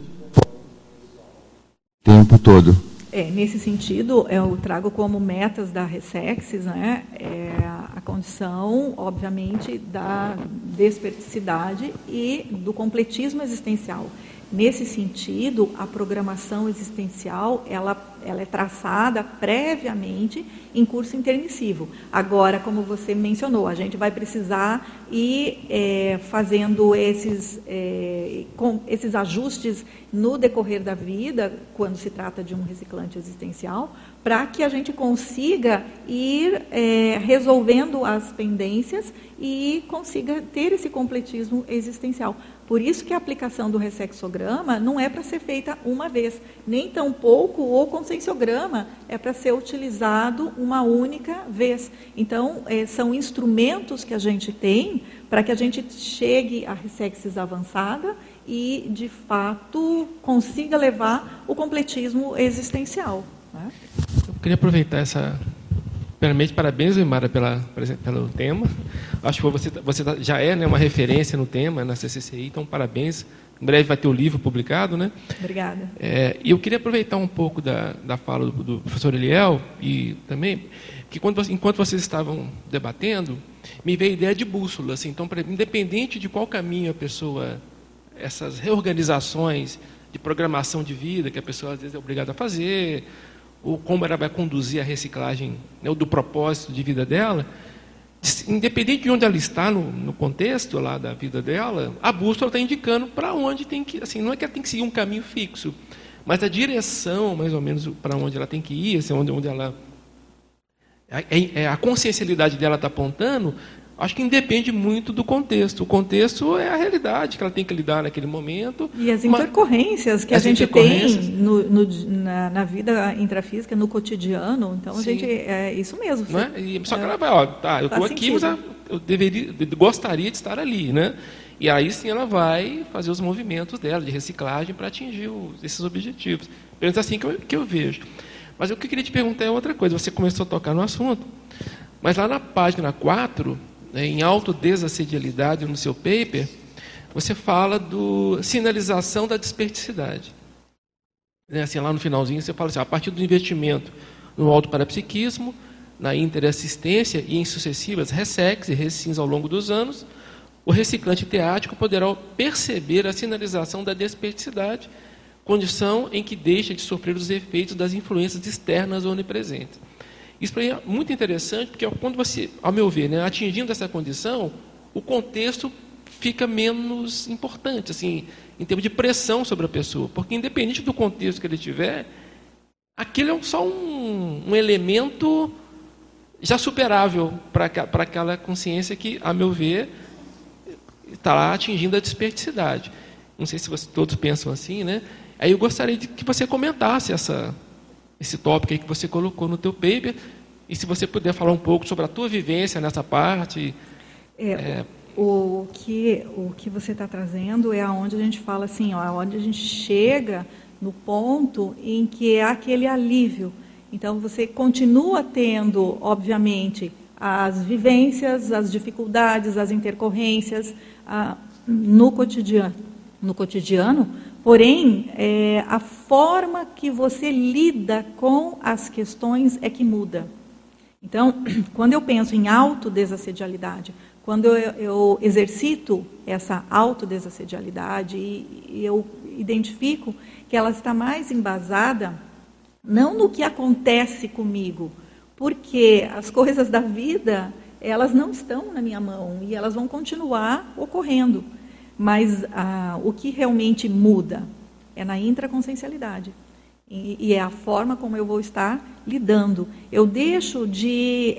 tempo todo. Nesse sentido, eu trago como metas da Ressex, né, a condição, obviamente, da desperticidade e do completismo existencial. Nesse sentido, a programação existencial, ela é traçada previamente em curso intermissivo. Agora, como você mencionou, a gente vai precisar ir fazendo esses ajustes no decorrer da vida, quando se trata de um reciclante existencial, para que a gente consiga ir resolvendo as pendências e consiga ter esse completismo existencial. Por isso que a aplicação do ressexograma não é para ser feita uma vez, nem tampouco o conscienciograma é para ser utilizado uma única vez. Então, são instrumentos que a gente tem para que a gente chegue à ressexis avançada e, de fato, consiga levar o completismo existencial, né? Eu queria aproveitar essa... Primeiramente, parabéns, Imara, pelo tema. Acho que você já é, né, uma referência no tema, na CCCI, então parabéns. Em breve vai ter o livro publicado, né? Obrigada. E eu queria aproveitar um pouco da fala do professor Eliel, e também, que enquanto vocês estavam debatendo, me veio a ideia de bússola. Assim, então, independente de qual caminho a pessoa, essas reorganizações de programação de vida, que a pessoa às vezes é obrigada a fazer, ou como ela vai conduzir a reciclagem, né, do propósito de vida dela, independente de onde ela está no contexto lá da vida dela, a bússola está indicando para onde tem que, assim, não é que ela tem que seguir um caminho fixo, mas a direção, mais ou menos, para onde ela tem que ir, assim, onde ela... a consciencialidade dela está apontando, acho que independe muito do contexto. O contexto é a realidade que ela tem que lidar naquele momento. E as intercorrências que a gente tem na vida intrafísica, no cotidiano. Então, a gente, é isso mesmo. Não é? E só que ela vai, eu estou aqui, mas eu gostaria de estar ali, né? E aí sim ela vai fazer os movimentos dela de reciclagem para atingir esses objetivos. Pelo menos assim que eu vejo. Mas o que eu queria te perguntar é outra coisa. Você começou a tocar no assunto, mas lá na página 4... em autodesassedialidade, no seu paper, você fala do sinalização da desperticidade. Assim, lá no finalzinho, você fala assim, a partir do investimento no autoparapsiquismo, na interassistência e em sucessivas ressex e recins ao longo dos anos, o reciclante teático poderá perceber a sinalização da desperticidade, condição em que deixa de sofrer os efeitos das influências externas onipresentes. Isso para mim é muito interessante, porque quando você, ao meu ver, né, atingindo essa condição, o contexto fica menos importante, assim, em termos de pressão sobre a pessoa. Porque, independente do contexto que ele tiver, aquilo é só um elemento já superável para aquela consciência que, a meu ver, está lá atingindo a desperticidade. Não sei se todos pensam assim, né? Aí eu gostaria de que você comentasse esse tópico aí que você colocou no teu paper, e se você puder falar um pouco sobre a tua vivência nessa parte. O que você está trazendo é aonde a gente fala assim, onde a gente chega no ponto em que é aquele alívio. Então, você continua tendo, obviamente, as vivências, as dificuldades, as intercorrências no cotidiano, porém, a forma que você lida com as questões é que muda. Então, quando eu penso em autodesassedialidade, quando eu exercito essa autodesassedialidade e eu identifico que ela está mais embasada não no que acontece comigo, porque as coisas da vida, elas não estão na minha mão e elas vão continuar ocorrendo. Mas o que realmente muda é na intraconsciencialidade. E é a forma como eu vou estar lidando. Eu deixo de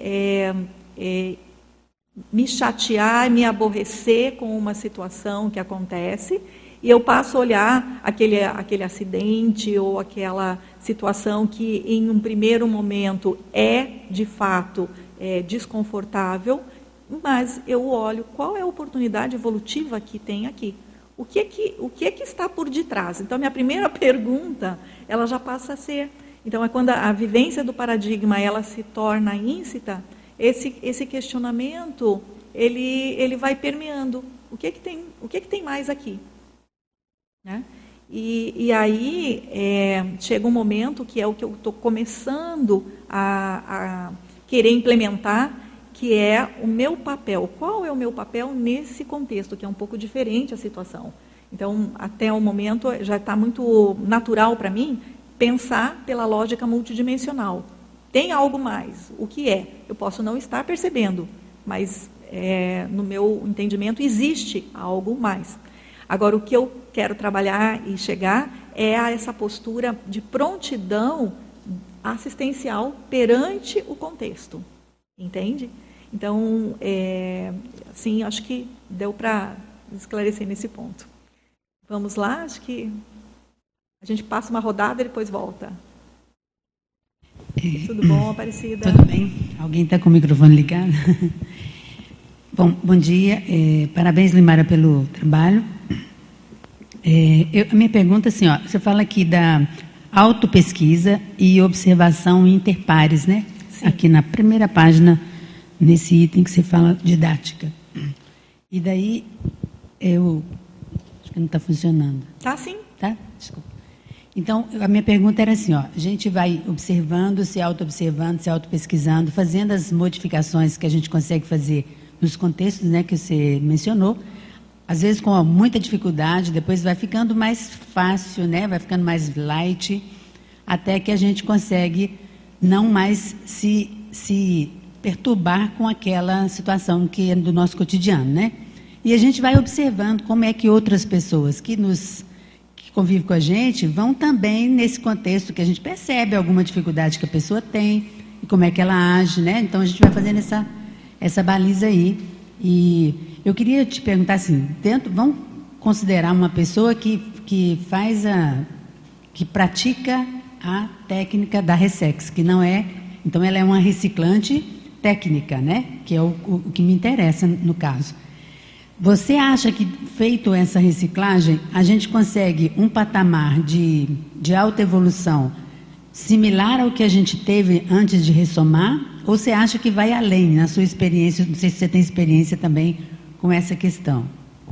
me chatear, me aborrecer com uma situação que acontece, e eu passo a olhar aquele acidente ou aquela situação que, em um primeiro momento, de fato, desconfortável, mas eu olho qual é a oportunidade evolutiva que tem aqui. O que é que está por detrás? Então, minha primeira pergunta, ela já passa a ser... Então, é quando a vivência do paradigma ela se torna íncita, esse questionamento, ele vai permeando. O que é que tem mais aqui? Né? E aí, chega um momento que é o que eu estou começando a querer implementar, que é o meu papel. Qual é o meu papel nesse contexto, que é um pouco diferente a situação? Então, até o momento, já está muito natural para mim pensar pela lógica multidimensional. Tem algo mais. O que é? Eu posso não estar percebendo, mas no meu entendimento existe algo mais. Agora, o que eu quero trabalhar e chegar é a essa postura de prontidão assistencial perante o contexto. Entende? Então, assim, acho que deu para esclarecer nesse ponto. Vamos lá? Acho que a gente passa uma rodada e depois volta. Tudo bom, Aparecida? Tudo bem. Alguém está com o microfone ligado? Bom dia. Parabéns, Limara, pelo trabalho. A minha pergunta é assim, você fala aqui da autopesquisa e observação interpares, né? Sim. Aqui na primeira página, nesse item que você fala didática. E daí, acho que não está funcionando. Tá sim. Tá? Desculpa. Então, a minha pergunta era assim, a gente vai observando, se auto-observando, se auto-pesquisando, fazendo as modificações que a gente consegue fazer nos contextos, né, que você mencionou, às vezes com muita dificuldade, depois vai ficando mais fácil, né, vai ficando mais light, até que a gente consegue não mais se perturbar com aquela situação que é do nosso cotidiano, né? E a gente vai observando como é que outras pessoas que convivem com a gente vão também nesse contexto que a gente percebe alguma dificuldade que a pessoa tem e como é que ela age, né? Então a gente vai fazendo essa baliza aí. E eu queria te perguntar assim, vamos considerar uma pessoa que pratica a técnica da Ressex, que não é, então ela é uma reciclante técnica, né? Que é o que me interessa no caso. Você acha que, feito essa reciclagem, a gente consegue um patamar de alta evolução similar ao que a gente teve antes de ressomar? Ou você acha que vai além, na sua experiência? Não sei se você tem experiência também com essa questão.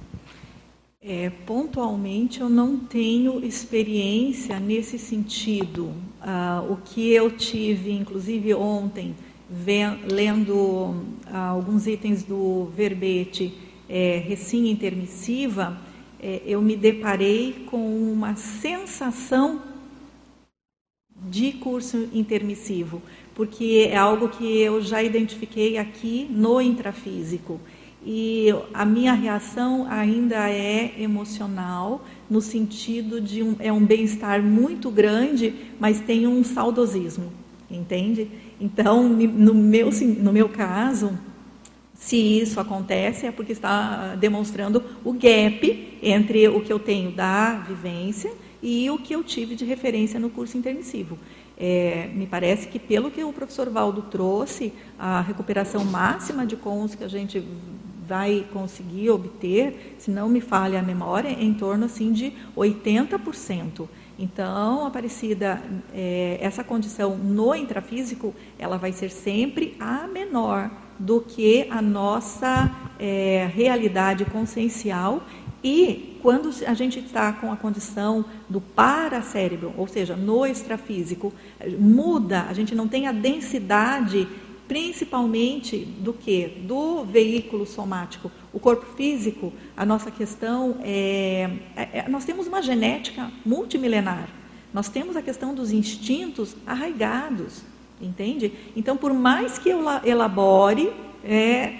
Pontualmente, eu não tenho experiência nesse sentido. O que eu tive, inclusive ontem, lendo alguns itens do verbete, recém intermissiva, eu me deparei com uma sensação de curso intermissivo, porque é algo que eu já identifiquei aqui no intrafísico. E a minha reação ainda é emocional, no sentido de um bem-estar muito grande, mas tem um saudosismo, entende? Então, no meu caso, se isso acontece, é porque está demonstrando o gap entre o que eu tenho da vivência e o que eu tive de referência no curso intermissivo. Me parece que, pelo que o professor Valdo trouxe, a recuperação máxima de cons que a gente vai conseguir obter, se não me falha a memória, é em torno assim, de 80%. Então, Aparecida, essa condição no intrafísico, ela vai ser sempre a menor do que a nossa realidade consciencial. E quando a gente está com a condição do paracérebro, ou seja, no extrafísico, muda, a gente não tem a densidade, principalmente do que? Do veículo somático. O corpo físico, a nossa questão nós temos uma genética multimilenar, nós temos a questão dos instintos arraigados, entende? Então, por mais que eu elabore,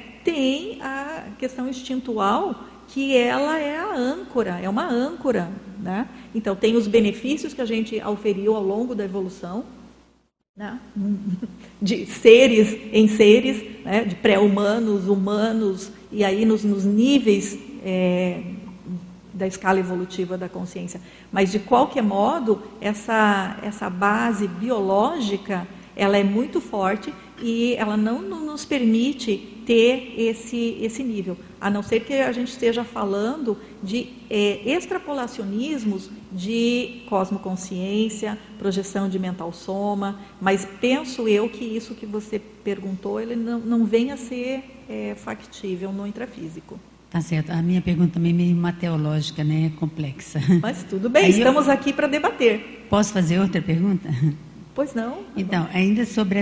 tem a questão instintual, que ela é a âncora, é uma âncora né? Então, tem os benefícios que a gente auferiu ao longo da evolução, né? De seres em seres, né? De pré-humanos, humanos, e aí nos níveis da escala evolutiva da consciência. Mas, de qualquer modo, essa base biológica, ela é muito forte e ela não nos permite ter esse nível, a não ser que a gente esteja falando de extrapolacionismos de cosmoconsciência, projeção de mental soma, mas penso eu que isso que você perguntou, ele não venha a ser factível no intrafísico. Tá certo. A minha pergunta também é meio uma teológica, né? Complexa. Mas tudo bem, estamos aqui para debater. Posso fazer outra pergunta? Pois não. Então, ainda sobre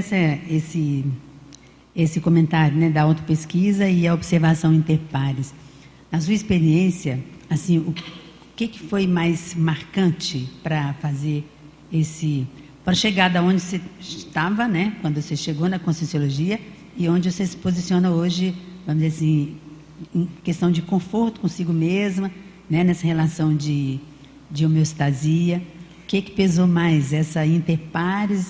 esse comentário, né, da autopesquisa e a observação interpares. Na sua experiência, assim, o que foi mais marcante para fazer para chegar da onde você estava, né, quando você chegou na Conscienciologia, e onde você se posiciona hoje, vamos dizer assim, em questão de conforto consigo mesma, né, nessa relação de homeostasia? O que pesou mais, essa interpares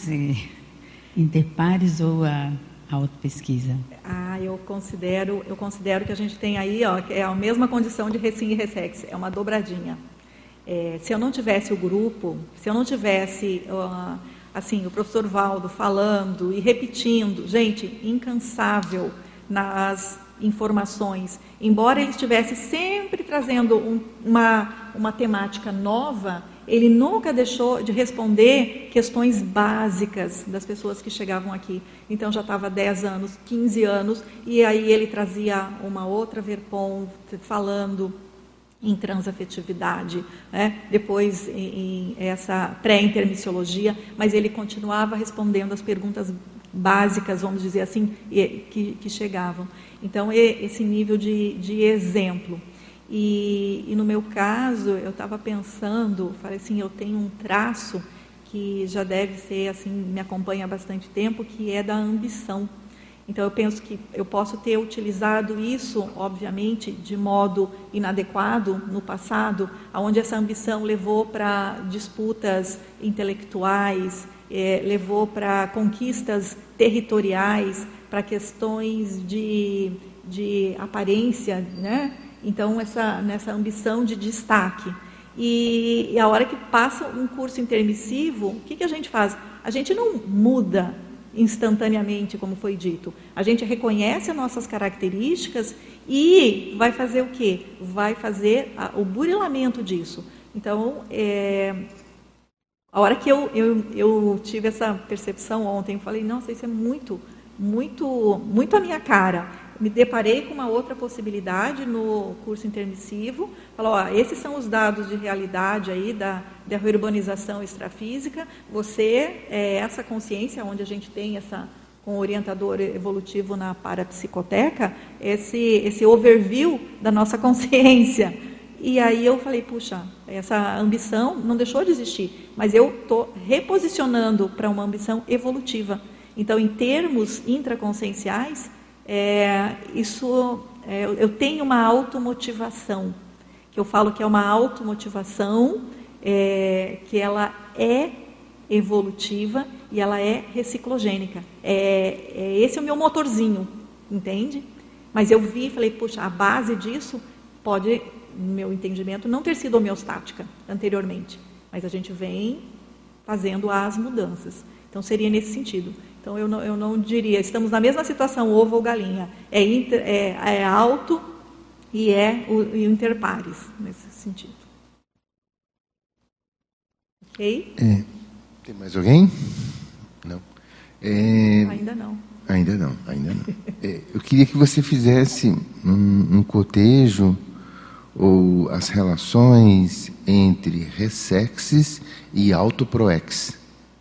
ou a autopesquisa? Eu considero que a gente tem aí, é a mesma condição de Recin e Ressex, é uma dobradinha. Se eu não tivesse o grupo, se eu não tivesse assim, o professor Valdo falando e repetindo, gente, incansável nas informações, embora ele estivesse sempre trazendo uma temática nova, ele nunca deixou de responder questões básicas das pessoas que chegavam aqui. Então, já estava 10 anos, 15 anos, e aí ele trazia uma outra verpom falando em transafetividade, né? Depois em essa pré-intermissiologia, mas ele continuava respondendo as perguntas básicas, vamos dizer assim, que chegavam. Então, esse nível de exemplo. E no meu caso, eu estava pensando, falei assim, eu tenho um traço que já deve ser, assim, me acompanha há bastante tempo, que é da ambição. Então, eu penso que eu posso ter utilizado isso, obviamente, de modo inadequado no passado, onde essa ambição levou para disputas intelectuais, levou para conquistas territoriais, para questões de aparência, né? Então, nessa ambição de destaque. E a hora que passa um curso intermissivo, o que a gente faz? A gente não muda instantaneamente, como foi dito. A gente reconhece as nossas características e vai fazer o quê? Vai fazer o burilamento disso. Então, a hora que eu tive essa percepção ontem, eu falei, nossa, isso é muito a minha cara. Me deparei com uma outra possibilidade no curso intermissivo. Falou, esses são os dados de realidade aí da urbanização extrafísica. Você essa consciência, onde a gente tem com o orientador evolutivo na parapsicoteca, esse overview da nossa consciência. E aí eu falei, puxa, essa ambição não deixou de existir, mas eu estou reposicionando para uma ambição evolutiva. Então, em termos intraconscienciais, eu tenho uma automotivação, que eu falo que é uma automotivação, que ela é evolutiva e ela é reciclogênica. Esse é o meu motorzinho, entende? Mas eu vi e falei, puxa, a base disso pode, no meu entendimento, não ter sido homeostática anteriormente, mas a gente vem fazendo as mudanças. Então, seria nesse sentido. Então, eu não diria, estamos na mesma situação, ovo ou galinha. É alto e o interpares, nesse sentido. Ok? Tem mais alguém? Não. Ainda não. Ainda não. Eu queria que você fizesse um cotejo ou as relações entre Ressexes e autoproex.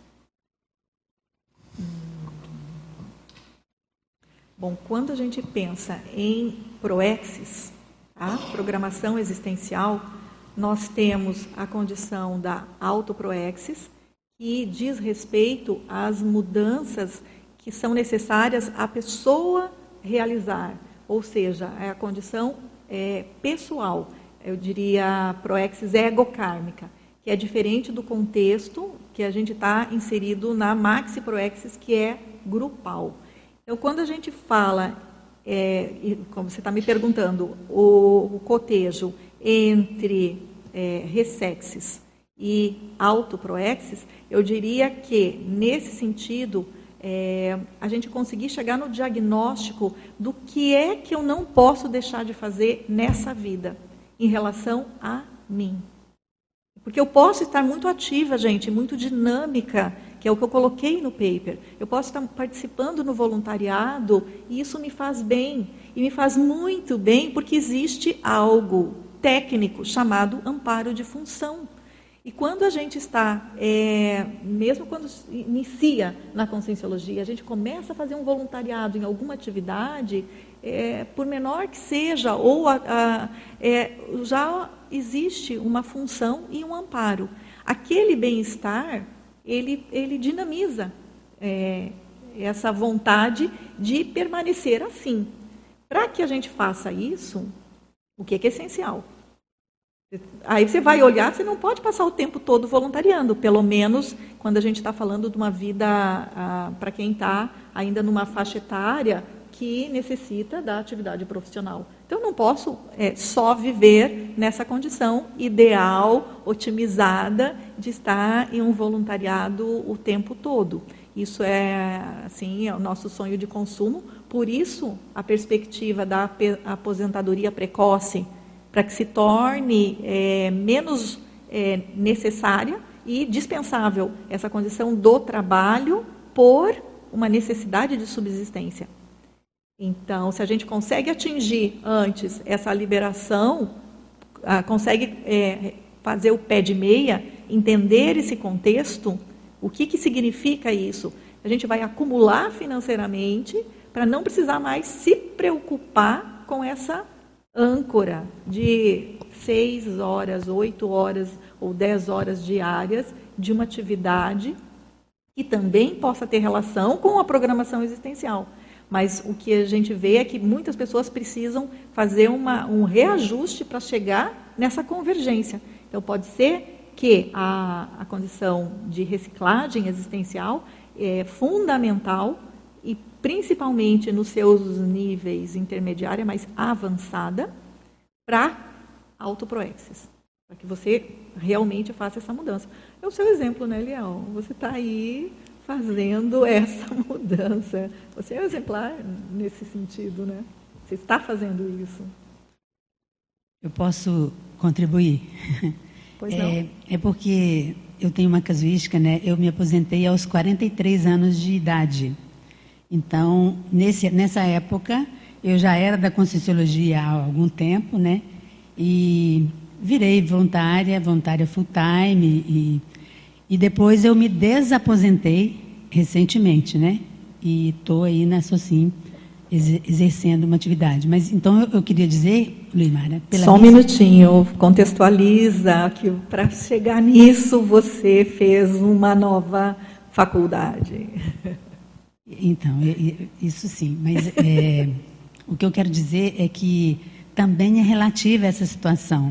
Bom, quando a gente pensa em proexes, a programação existencial, nós temos a condição da autoproexis, que diz respeito às mudanças que são necessárias à pessoa realizar, ou seja, é a condição pessoal, eu diria, proexis egokármica, que é diferente do contexto que a gente está inserido na maxi proexis, que é grupal. Então, quando a gente fala, como você está me perguntando, o cotejo entre ressexis e autoproexis, eu diria que, nesse sentido, a gente conseguir chegar no diagnóstico do que é que eu não posso deixar de fazer nessa vida, em relação a mim. Porque eu posso estar muito ativa, gente, muito dinâmica, que é o que eu coloquei no paper. Eu posso estar participando no voluntariado e isso me faz bem. E me faz muito bem porque existe algo técnico chamado amparo de função. E quando a gente está, mesmo quando inicia na Conscienciologia, a gente começa a fazer um voluntariado em alguma atividade, por menor que seja, ou já existe uma função e um amparo. Aquele bem-estar, ele dinamiza essa vontade de permanecer assim. Para que a gente faça isso, o que é essencial? Aí você vai olhar, você não pode passar o tempo todo voluntariando, pelo menos quando a gente está falando de uma vida, para quem está ainda numa faixa etária que necessita da atividade profissional. Então, eu não posso só viver nessa condição ideal, otimizada, de estar em um voluntariado o tempo todo. Isso é o nosso sonho de consumo. Por isso, a perspectiva da aposentadoria precoce, para que se torne menos necessária e dispensável essa condição do trabalho por uma necessidade de subsistência. Então, se a gente consegue atingir antes essa liberação, consegue fazer o pé de meia, entender esse contexto, o que significa isso? A gente vai acumular financeiramente para não precisar mais se preocupar com essa âncora de 6 horas, 8 horas ou 10 horas diárias de uma atividade que também possa ter relação com a programação existencial. Mas o que a gente vê é que muitas pessoas precisam fazer um reajuste para chegar nessa convergência. Então, pode ser que a condição de reciclagem existencial é fundamental e principalmente nos seus níveis intermediária, mais avançada, para autoproexis, para que você realmente faça essa mudança. É o seu exemplo, né, Eliel? Você está aí fazendo essa mudança. Você é um exemplar nesse sentido, né? Você está fazendo isso. Eu posso contribuir? Pois não. É porque eu tenho uma casuística, né? Eu me aposentei aos 43 anos de idade. Então, nessa época, eu já era da Conscienciologia há algum tempo, né? E virei voluntária full-time. E depois eu me desaposentei recentemente, né? E estou aí na SOCIM exercendo uma atividade. Mas então eu queria dizer, Luimara... Só um minutinho, contextualiza que para chegar nisso você fez uma nova faculdade. Então, isso sim, mas o que eu quero dizer é que também é relativa a essa situação,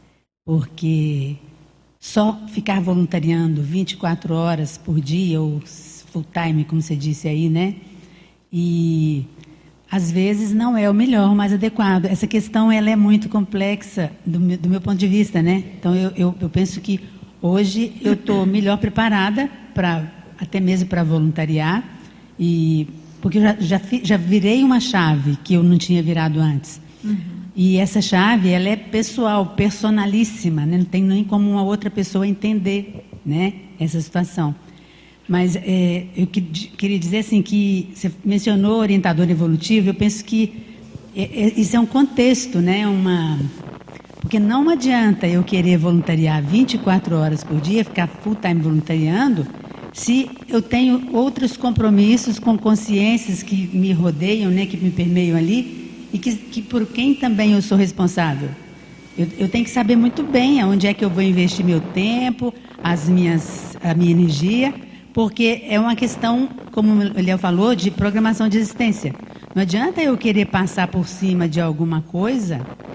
porque só ficar voluntariando 24 horas por dia, ou full time, como você disse aí, né? E às vezes não é o melhor, o mais adequado. Essa questão ela é muito complexa do meu ponto de vista, né? Então eu penso que hoje eu estou melhor preparada até mesmo para voluntariar, porque eu já virei uma chave que eu não tinha virado antes. Uhum. E essa chave, ela é pessoal, personalíssima, né? Não tem nem como uma outra pessoa entender, né, essa situação. Mas eu queria dizer assim que você mencionou orientador evolutivo, eu penso que isso é um contexto, né? Porque não adianta eu querer voluntariar 24 horas por dia, ficar full time voluntariando, se eu tenho outros compromissos com consciências que me rodeiam, né, que me permeiam ali, e que por quem também eu sou responsável. Eu tenho que saber muito bem aonde é que eu vou investir meu tempo, a minha energia, porque é uma questão, como o Eliel falou, de programação de existência. Não adianta eu querer passar por cima de alguma coisa,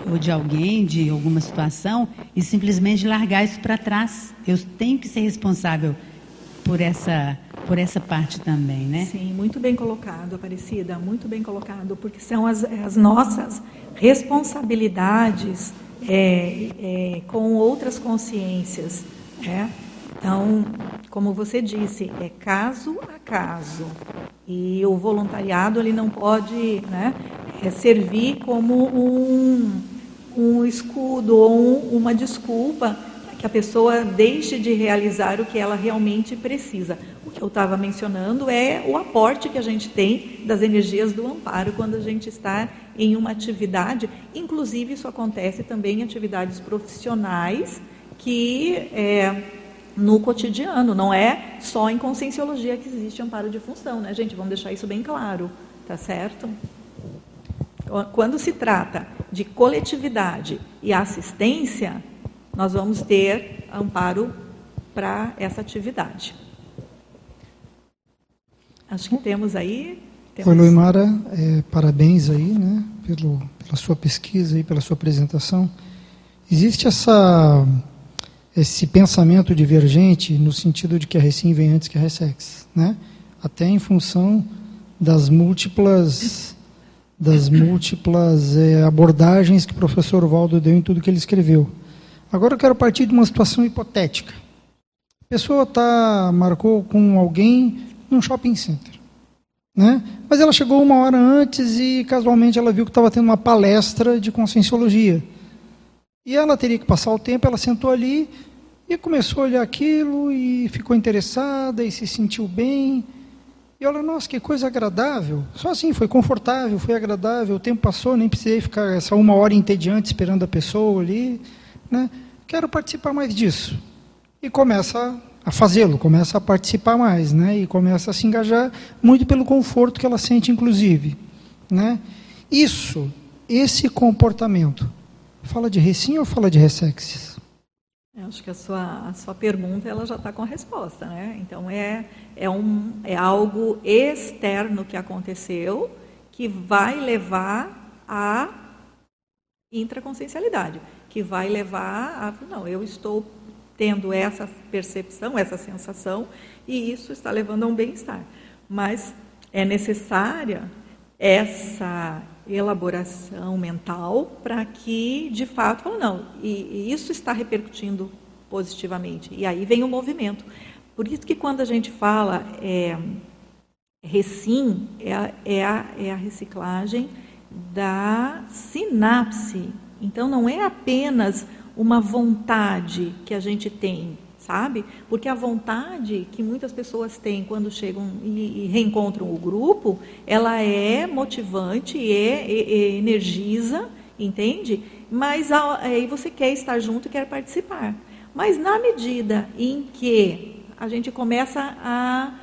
ou de alguém, de alguma situação, e simplesmente largar isso para trás. Eu tenho que ser responsável por essa parte também, né? Sim, muito bem colocado, Aparecida, muito bem colocado, porque são as nossas responsabilidades com outras consciências, né? Então, como você disse, é caso a caso, e o voluntariado ele não pode, né, servir como um escudo ou uma desculpa que a pessoa deixe de realizar o que ela realmente precisa. O que eu estava mencionando é o aporte que a gente tem das energias do amparo quando a gente está em uma atividade. Inclusive, isso acontece também em atividades profissionais que no cotidiano, não é só em Conscienciologia que existe amparo de função, né, gente? Vamos deixar isso bem claro, tá certo? Quando se trata de coletividade e assistência, nós vamos ter amparo para essa atividade. Acho que temos aí... Oi, Luimara, parabéns aí, né, pela sua pesquisa e pela sua apresentação. Existe esse pensamento divergente no sentido de que a Recim vem antes que a Ressex, né? Até em função das múltiplas abordagens que o professor Valdo deu em tudo que ele escreveu. Agora eu quero partir de uma situação hipotética. A pessoa marcou com alguém num shopping center, né? Mas ela chegou 1 hora antes e casualmente ela viu que estava tendo uma palestra de Conscienciologia. E ela teria que passar o tempo, ela sentou ali e começou a olhar aquilo e ficou interessada e se sentiu bem. E olha, nossa, que coisa agradável. Só assim, foi confortável, foi agradável, o tempo passou, nem precisei ficar essa 1 hora entediante esperando a pessoa ali, né? Quero participar mais disso. E começa a fazê-lo, começa a participar mais, né? E começa a se engajar muito pelo conforto que ela sente, inclusive, né? Esse comportamento, fala de Recim ou fala de Ressexes? Eu acho que a sua pergunta ela já está com a resposta, né? Então é algo externo que aconteceu que vai levar à intraconsciencialidade, que vai levar não, eu estou tendo essa percepção, essa sensação, e isso está levando a um bem-estar. Mas é necessária essa elaboração mental para que, de fato, não, e isso está repercutindo positivamente. E aí vem o movimento. Por isso que quando a gente fala Recim, é a reciclagem da sinapse. Então, não é apenas uma vontade que a gente tem, sabe? Porque a vontade que muitas pessoas têm quando chegam e reencontram o grupo, ela é motivante, energiza, entende? Mas aí você quer estar junto e quer participar. Mas na medida em que a gente começa a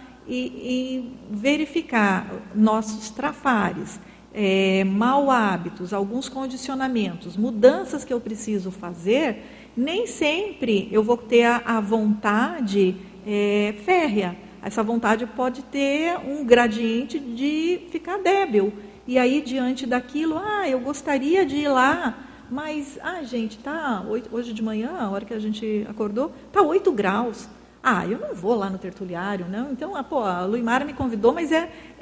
verificar nossos trafares, mau hábitos, alguns condicionamentos, mudanças que eu preciso fazer, nem sempre eu vou ter a vontade férrea. Essa vontade pode ter um gradiente de ficar débil. E aí, diante daquilo, eu gostaria de ir lá, mas, gente, hoje de manhã, a hora que a gente acordou, está 8 graus. Eu não vou lá no tertuliário, não. Então, a Luimara me convidou, mas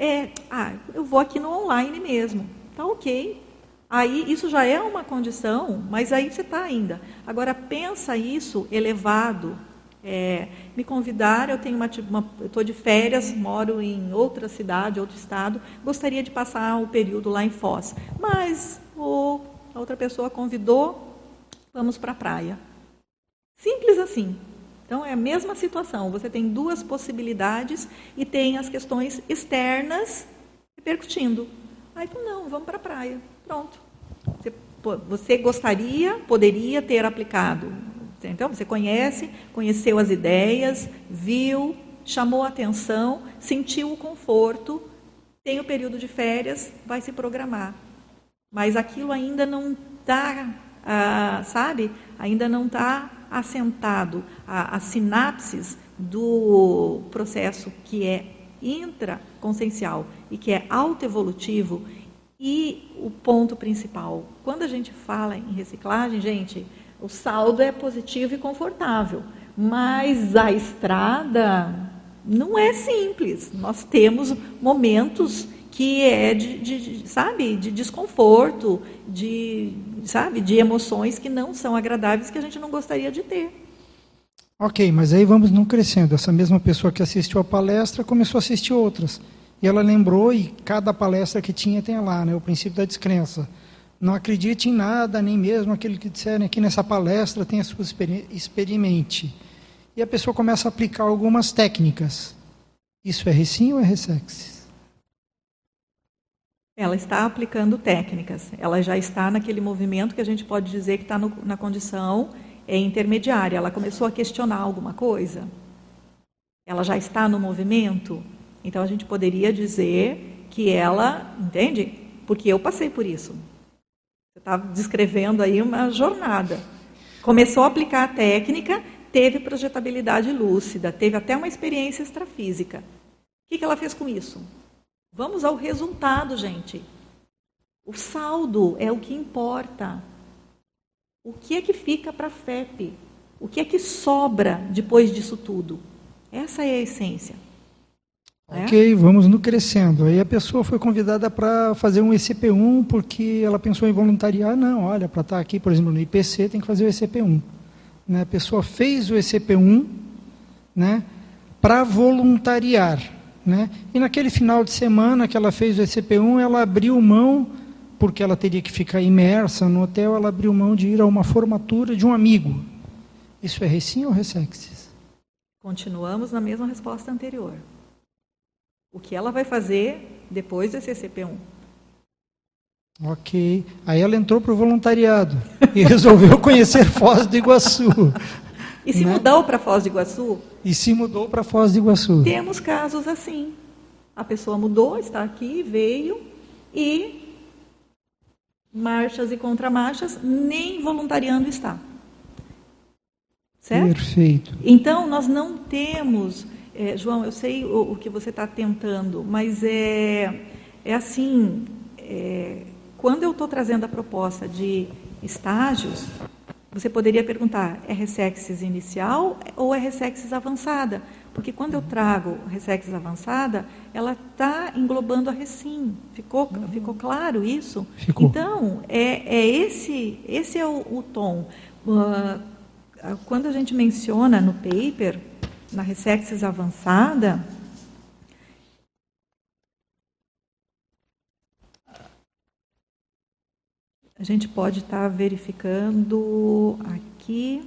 eu vou aqui no online mesmo. Tá ok. Aí, isso já é uma condição, mas aí você está ainda. Agora, pensa isso elevado. Me convidaram, eu estou de férias, moro em outra cidade, outro estado, gostaria de passar o período lá em Foz. Mas a outra pessoa convidou, vamos para a praia. Simples assim. Então, é a mesma situação. Você tem 2 possibilidades e tem as questões externas repercutindo. Aí, não, vamos para a praia. Pronto. Você poderia ter aplicado. Então, você conheceu as ideias, viu, chamou a atenção, sentiu o conforto, tem o período de férias, vai se programar. Mas aquilo ainda não está, ainda não está assentado. As sinapses do processo que é intraconsciencial e que é autoevolutivo, E o ponto principal, quando a gente fala em reciclagem, gente, o saldo é positivo e confortável, mas a estrada não é simples. Nós temos momentos que é de desconforto, de emoções que não são agradáveis, que a gente não gostaria de ter. Ok, mas aí vamos num crescendo. Essa mesma pessoa que assistiu a palestra começou a assistir outras. E ela lembrou, e cada palestra que tinha tem lá, né, o princípio da descrença. Não acredite em nada, nem mesmo aquilo que disserem aqui nessa palestra, tenha sua experimente. E a pessoa começa a aplicar algumas técnicas. Isso é recim ou é ressexis? Ela está aplicando técnicas. Ela já está naquele movimento que a gente pode dizer que está na condição intermediária. Ela começou a questionar alguma coisa. Ela já está no movimento. Então, a gente poderia dizer que ela, entende? Porque eu passei por isso. Você está descrevendo aí uma jornada. Começou a aplicar a técnica, teve projetabilidade lúcida, teve até uma experiência extrafísica. O que ela fez com isso? Vamos ao resultado, gente. O saldo é o que importa. O que é que fica para a FEP? O que é que sobra depois disso tudo? Essa é a essência. Ok, vamos no crescendo. Aí a pessoa foi convidada para fazer um ECP1 porque ela pensou em voluntariar. Não, olha, para estar aqui, por exemplo, no IPC tem que fazer o ECP1. Né? A pessoa fez o ECP1, né, para voluntariar. Né? E naquele final de semana que ela fez o ECP1, ela abriu mão, porque ela teria que ficar imersa no hotel, ela abriu mão de ir a uma formatura de um amigo. Isso é recim ou ressexis? Continuamos na mesma resposta anterior. O que ela vai fazer depois desse ECP1? Ok. Aí ela entrou para o voluntariado e resolveu conhecer Foz do Iguaçu. E se mudou para Foz do Iguaçu? E se mudou para Foz do Iguaçu. Temos casos assim. A pessoa mudou, está aqui, veio e marchas e contramarchas, nem voluntariando está. Certo? Perfeito. Então, nós não temos... João, eu sei o que você está tentando, mas é assim, quando eu estou trazendo a proposta de estágios, você poderia perguntar, é ressexis inicial ou é ressexis avançada? Porque quando eu trago ressexis avançada, ela está englobando a recim. Ficou claro isso? Ficou. Então, esse é o tom. Quando a gente menciona no paper, na ressexis avançada, a gente pode estar verificando aqui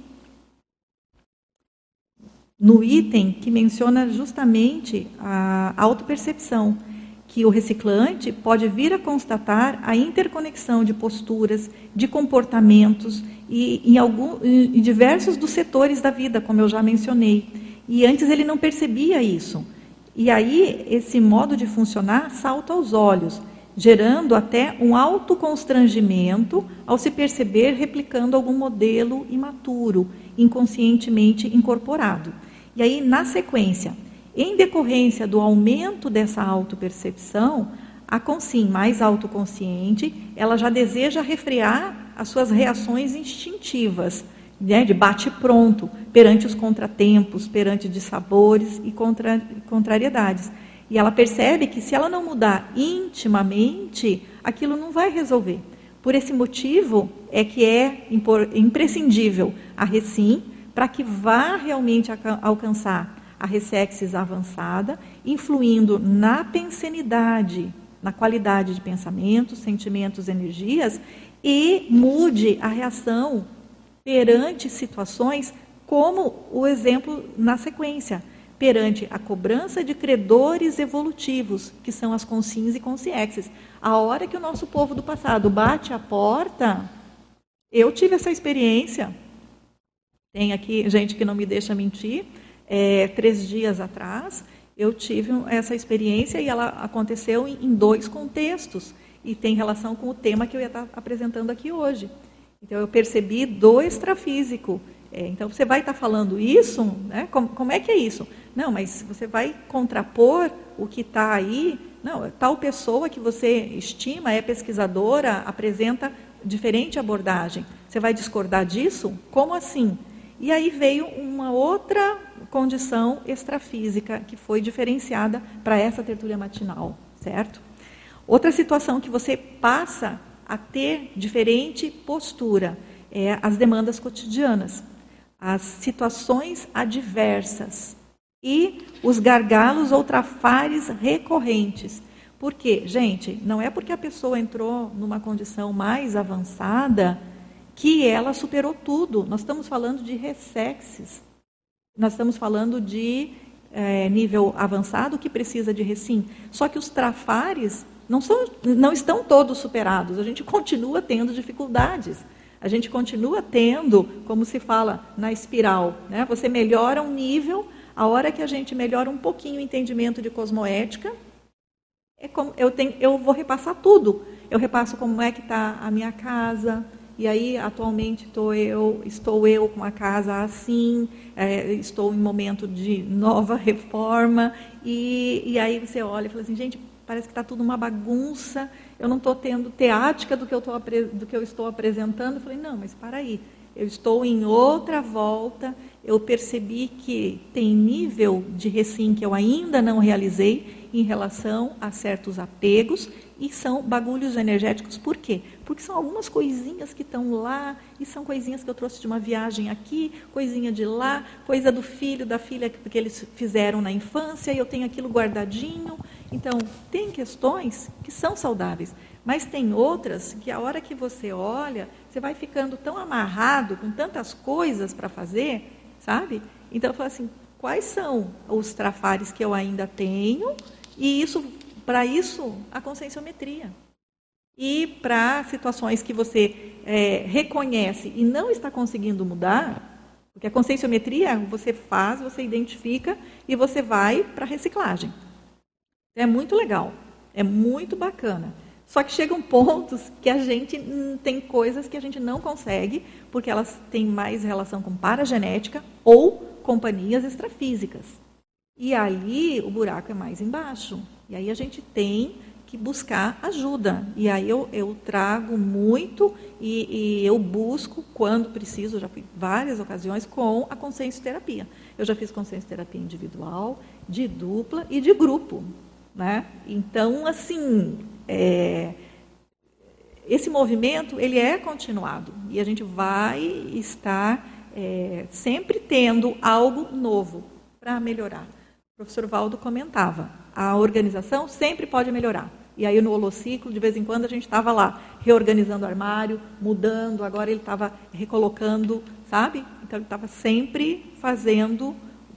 no item que menciona justamente a autopercepção, que o reciclante pode vir a constatar a interconexão de posturas, de comportamentos e em diversos dos setores da vida, como eu já mencionei. E antes ele não percebia isso. E aí esse modo de funcionar salta aos olhos, gerando até um autoconstrangimento ao se perceber replicando algum modelo imaturo, inconscientemente incorporado. E aí, na sequência, em decorrência do aumento dessa autopercepção, a consim mais autoconsciente, ela já deseja refrear as suas reações instintivas, né, de bate-pronto, perante os contratempos, perante dissabores e contrariedades. E ela percebe que se ela não mudar intimamente, aquilo não vai resolver. Por esse motivo é que é imprescindível a recim para que vá realmente alcançar a ressexis avançada, influindo na pensenidade, na qualidade de pensamentos, sentimentos, energias, e mude a reação perante situações como o exemplo na sequência, perante a cobrança de credores evolutivos, que são as consins e consciexes. A hora que o nosso povo do passado bate a porta, eu tive essa experiência, tem aqui gente que não me deixa mentir, 3 dias atrás, eu tive essa experiência e ela aconteceu em 2 contextos, e tem relação com o tema que eu ia estar apresentando aqui hoje. Então, eu percebi do extrafísico Então, você vai estar falando isso, né? Como é que é isso? Não, mas você vai contrapor o que está aí. Não, tal pessoa que você estima, é pesquisadora, apresenta diferente abordagem. Você vai discordar disso? Como assim? E aí veio uma outra condição extrafísica que foi diferenciada para essa tertúlia matinal, certo? Outra situação que você passa a ter diferente postura é as demandas cotidianas, as situações adversas e os gargalos ou trafares recorrentes. Por quê? Gente, não é porque a pessoa entrou numa condição mais avançada que ela superou tudo. Nós estamos falando de ressexes. Nós estamos falando de nível avançado que precisa de recim. Só que os trafares não estão todos superados. A gente continua tendo dificuldades. A gente continua tendo, como se fala, na espiral, né? Você melhora um nível, a hora que a gente melhora um pouquinho o entendimento de cosmoética, eu vou repassar tudo. Eu repasso como é que está a minha casa, e aí atualmente estou eu com a casa assim, estou em momento de nova reforma, e aí você olha e fala assim, gente, parece que está tudo uma bagunça, eu não estou tendo teática do que eu estou apresentando. Eu falei, não, mas para aí, eu estou em outra volta, eu percebi que tem nível de recim que eu ainda não realizei em relação a certos apegos, e são bagulhos energéticos. Por quê? Porque são algumas coisinhas que estão lá, e são coisinhas que eu trouxe de uma viagem aqui, coisinha de lá, coisa do filho, da filha que eles fizeram na infância, e eu tenho aquilo guardadinho. Então, tem questões que são saudáveis, mas tem outras que a hora que você olha, você vai ficando tão amarrado com tantas coisas para fazer, sabe? Então, eu falo assim, quais são os trafares que eu ainda tenho? E para isso, a conscienciometria. E para situações que você reconhece e não está conseguindo mudar, porque a conscienciometria você faz, você identifica e você vai para a reciclagem. É muito legal, é muito bacana. Só que chegam pontos que a gente tem coisas que a gente não consegue, porque elas têm mais relação com paragenética ou companhias extrafísicas. E aí o buraco é mais embaixo. E aí a gente tem que buscar ajuda. E aí eu trago muito e eu busco, quando preciso, já fui várias ocasiões, com a consciencioterapia. Eu já fiz consciencioterapia individual, de dupla e de grupo. Né? Então, assim, esse movimento ele é continuado e a gente vai estar sempre tendo algo novo para melhorar. O professor Valdo comentava, a organização sempre pode melhorar. E aí no holociclo, de vez em quando, a gente estava lá, reorganizando o armário, mudando, agora ele estava recolocando, sabe? Então ele estava sempre fazendo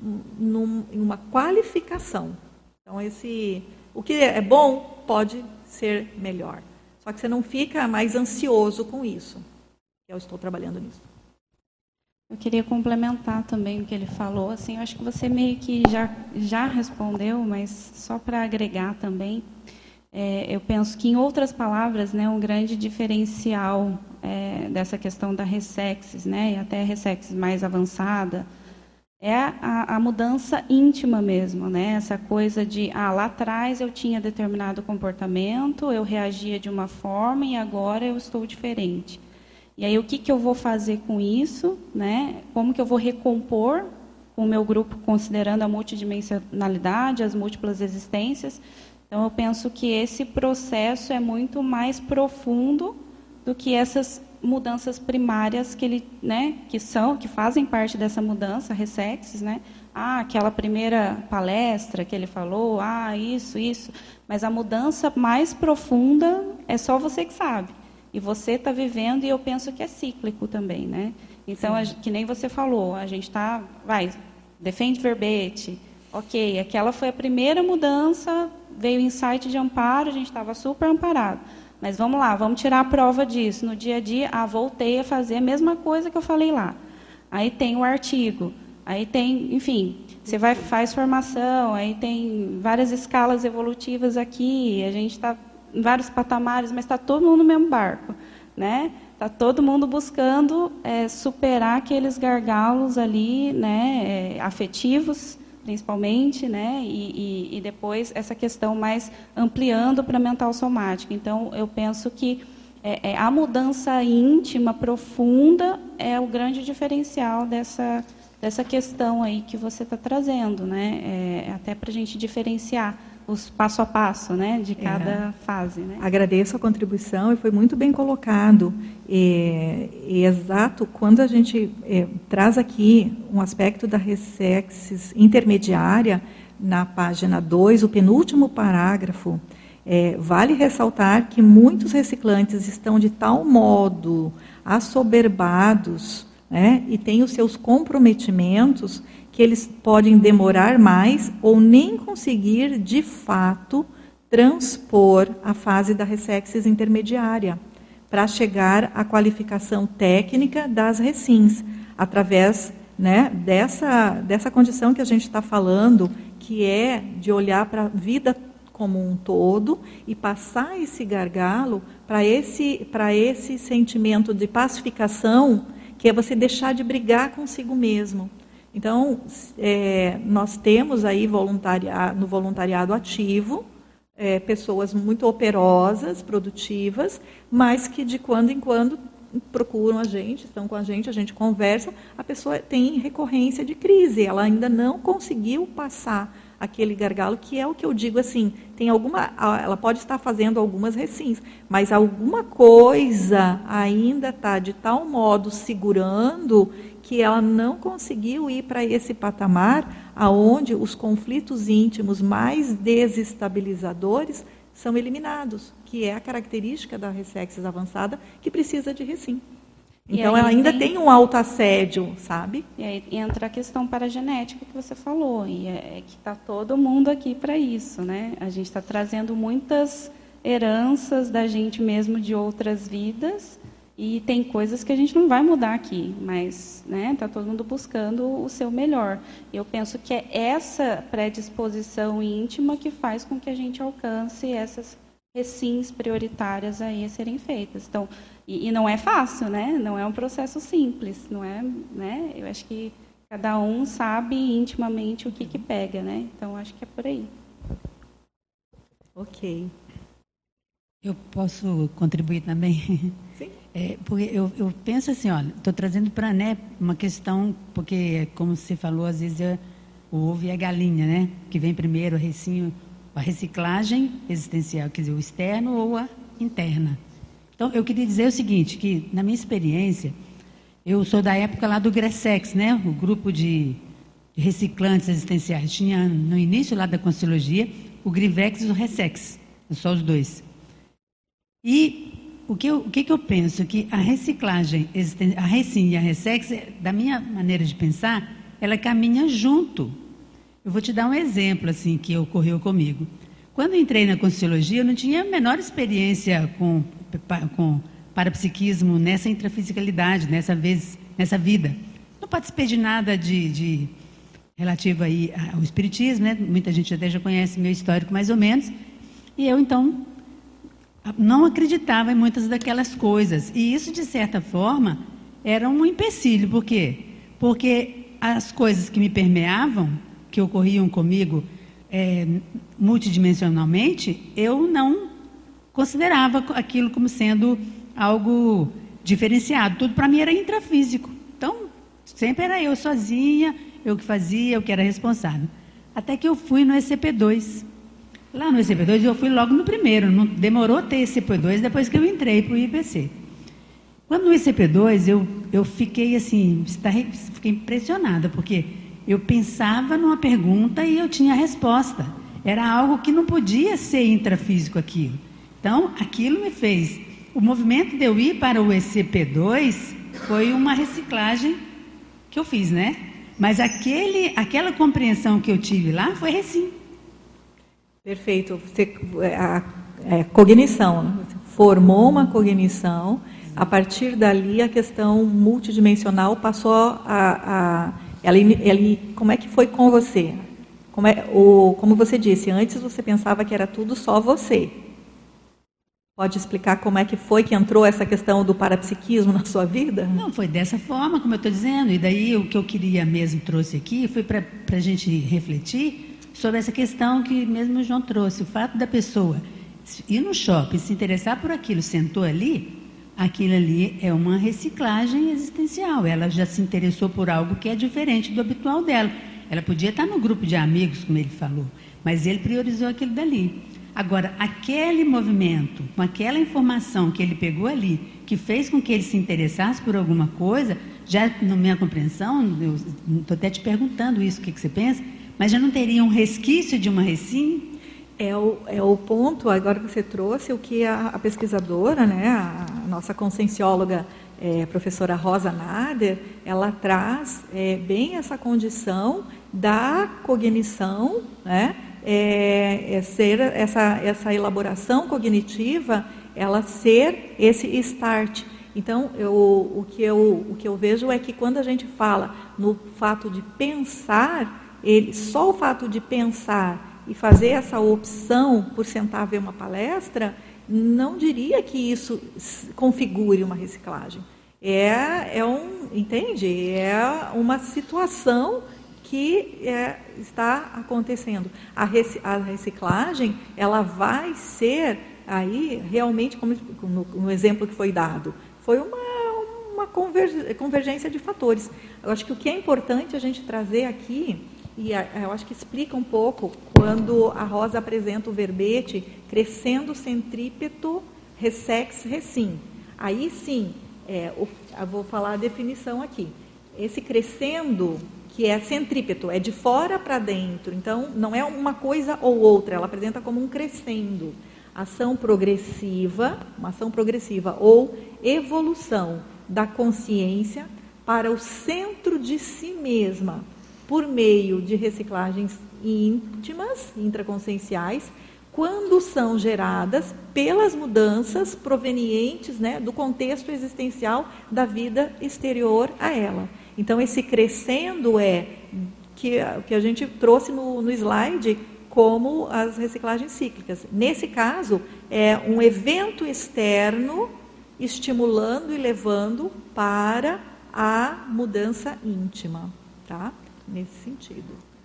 uma qualificação. Então, o que é bom pode ser melhor. Só que você não fica mais ansioso com isso. Eu estou trabalhando nisso. Eu queria complementar também o que ele falou. Assim, eu acho que você meio que já respondeu, mas só para agregar também, eu penso que, em outras palavras, né, um grande diferencial dessa questão da ressexes, né, e até ressexes mais avançada, é a mudança íntima mesmo, né? Essa coisa de, lá atrás eu tinha determinado comportamento, eu reagia de uma forma e agora eu estou diferente. E aí o que eu vou fazer com isso, né? Como que eu vou recompor com o meu grupo, considerando a multidimensionalidade, as múltiplas existências? Então eu penso que esse processo é muito mais profundo do que essas mudanças primárias que fazem parte dessa mudança, ressexes, né? Aquela primeira palestra que ele falou, isso. Mas a mudança mais profunda é só você que sabe. E você está vivendo, e eu penso que é cíclico também, né? Então, que nem você falou, a gente está, defende verbete, ok, aquela foi a primeira mudança, veio o insight de amparo, a gente estava super amparado. Mas vamos lá, vamos tirar a prova disso. No dia a dia, voltei a fazer a mesma coisa que eu falei lá. Aí tem o artigo, aí tem, enfim, você faz formação, aí tem várias escalas evolutivas aqui, a gente está em vários patamares, mas está todo mundo no mesmo barco, né? Está todo mundo buscando superar aqueles gargalos ali, né, afetivos, principalmente, né, e depois essa questão mais ampliando para a mental somática. Então, eu penso que a mudança íntima, profunda, é o grande diferencial dessa questão aí que você está trazendo, né, até para a gente diferenciar os passo a passo, né, de cada fase, né? Agradeço a contribuição e foi muito bem colocado. Exato, quando a gente traz aqui um aspecto da ressexis intermediária, na página 2, o penúltimo parágrafo, vale ressaltar que muitos reciclantes estão de tal modo assoberbados, né, e têm os seus comprometimentos, que eles podem demorar mais ou nem conseguir, de fato, transpor a fase da ressexis intermediária para chegar à qualificação técnica das recins, através, né, dessa condição que a gente está falando, que é de olhar para a vida como um todo e passar esse gargalo para esse sentimento de pacificação, que é você deixar de brigar consigo mesmo. Então, nós temos aí no voluntariado ativo, pessoas muito operosas, produtivas, mas que de quando em quando procuram a gente, estão com a gente conversa, a pessoa tem recorrência de crise, ela ainda não conseguiu passar aquele gargalo, que é o que eu digo assim, ela pode estar fazendo algumas recins, mas alguma coisa ainda está de tal modo segurando que ela não conseguiu ir para esse patamar aonde os conflitos íntimos mais desestabilizadores são eliminados, que é a característica da ressexis avançada, que precisa de recim. Então, ela ainda tem um autoassédio, sabe? E aí entra a questão paragenética que você falou, e que está todo mundo aqui para isso, né? A gente está trazendo muitas heranças da gente mesmo de outras vidas, e tem coisas que a gente não vai mudar aqui, mas está todo mundo buscando o seu melhor. Eu penso que é essa predisposição íntima que faz com que a gente alcance essas recins prioritárias aí a serem feitas. Então, e não é fácil, né? Não é um processo simples, não é, né? Eu acho que cada um sabe intimamente o que pega, né? Então, acho que é por aí. Ok. Eu posso contribuir também? Sim. Porque eu penso assim, olha, estou trazendo para, né, uma questão, porque, como você falou, às vezes o ovo e a galinha, né? Que vem primeiro a reciclagem existencial, quer dizer, o externo ou a interna. Então, eu queria dizer o seguinte, que na minha experiência, eu sou da época lá do Gressex, né? O grupo de reciclantes existenciais. Tinha, no início lá da Consciologia, o Grivex e o Ressex, só os dois. E o que eu penso? Que a reciclagem, a recin e a ressex, da minha maneira de pensar, ela caminha junto. Eu vou te dar um exemplo assim que ocorreu comigo. Quando eu entrei na Consciologia, eu não tinha a menor experiência com parapsiquismo nessa intrafisicalidade, nessa vida. Não participei de nada de relativo aí ao espiritismo, né? Muita gente até já conhece meu histórico mais ou menos. E eu, então, não acreditava em muitas daquelas coisas. E isso, de certa forma, era um empecilho. Por quê? Porque as coisas que me permeavam, que ocorriam comigo multidimensionalmente, eu não considerava aquilo como sendo algo diferenciado. Tudo para mim era intrafísico. Então, sempre era eu sozinha, eu que fazia, eu que era responsável. Até que eu fui no ECP2. Lá no ECP2 eu fui logo no primeiro, não demorou a ter ECP2 depois que eu entrei para o IPC. Quando no ECP2 eu fiquei assim, fiquei impressionada, porque eu pensava numa pergunta e eu tinha a resposta. Era algo que não podia ser intrafísico aquilo. Então, aquilo me fez. O movimento de eu ir para o ECP2 foi uma reciclagem que eu fiz, né? Mas aquela compreensão que eu tive lá foi recém. Perfeito. Cognição, né? Formou uma cognição, a partir dali a questão multidimensional passou como é que foi com você? Como você disse, antes você pensava que era tudo só você. Pode explicar como é que foi que entrou essa questão do parapsiquismo na sua vida? Não, foi dessa forma, como eu estou dizendo. E daí o que eu queria mesmo trouxe aqui foi para a gente refletir sobre essa questão que mesmo o João trouxe. O fato da pessoa ir no shopping, se interessar por aquilo, sentou ali, aquilo ali é uma reciclagem existencial. Ela já se interessou por algo que é diferente do habitual dela. Ela podia estar no grupo de amigos, como ele falou, mas ele priorizou aquilo dali. Agora, aquele movimento, com aquela informação que ele pegou ali, que fez com que ele se interessasse por alguma coisa, já, na minha compreensão, eu estou até te perguntando isso, o que você pensa, mas já não teria um resquício de uma recim? É o ponto, agora que você trouxe, o que a pesquisadora, né, a nossa consciencióloga, professora Rosa Nader, ela traz bem essa condição da cognição, né, ser essa elaboração cognitiva, ela ser esse start. Então, o que eu vejo é que quando a gente fala no fato de pensar, só o fato de pensar e fazer essa opção por sentar ver uma palestra, não diria que isso configure uma reciclagem. Entende? É uma situação que está acontecendo. A reciclagem, ela vai ser aí realmente, como no exemplo que foi dado, foi uma convergência de fatores. Eu acho que o que é importante a gente trazer aqui, e eu acho que explica um pouco quando a Rosa apresenta o verbete crescendo centrípeto ressex recim. Aí sim, eu vou falar a definição aqui. Esse crescendo, que é centrípeto, é de fora para dentro, então não é uma coisa ou outra, ela apresenta como um crescendo. Uma ação progressiva ou evolução da consciência para o centro de si mesma, por meio de reciclagens íntimas, intraconscienciais, quando são geradas pelas mudanças provenientes, né, do contexto existencial da vida exterior a ela. Então, esse crescendo que a gente trouxe no slide como as reciclagens cíclicas. Nesse caso, é um evento externo estimulando e levando para a mudança íntima, tá? Nesse sentido.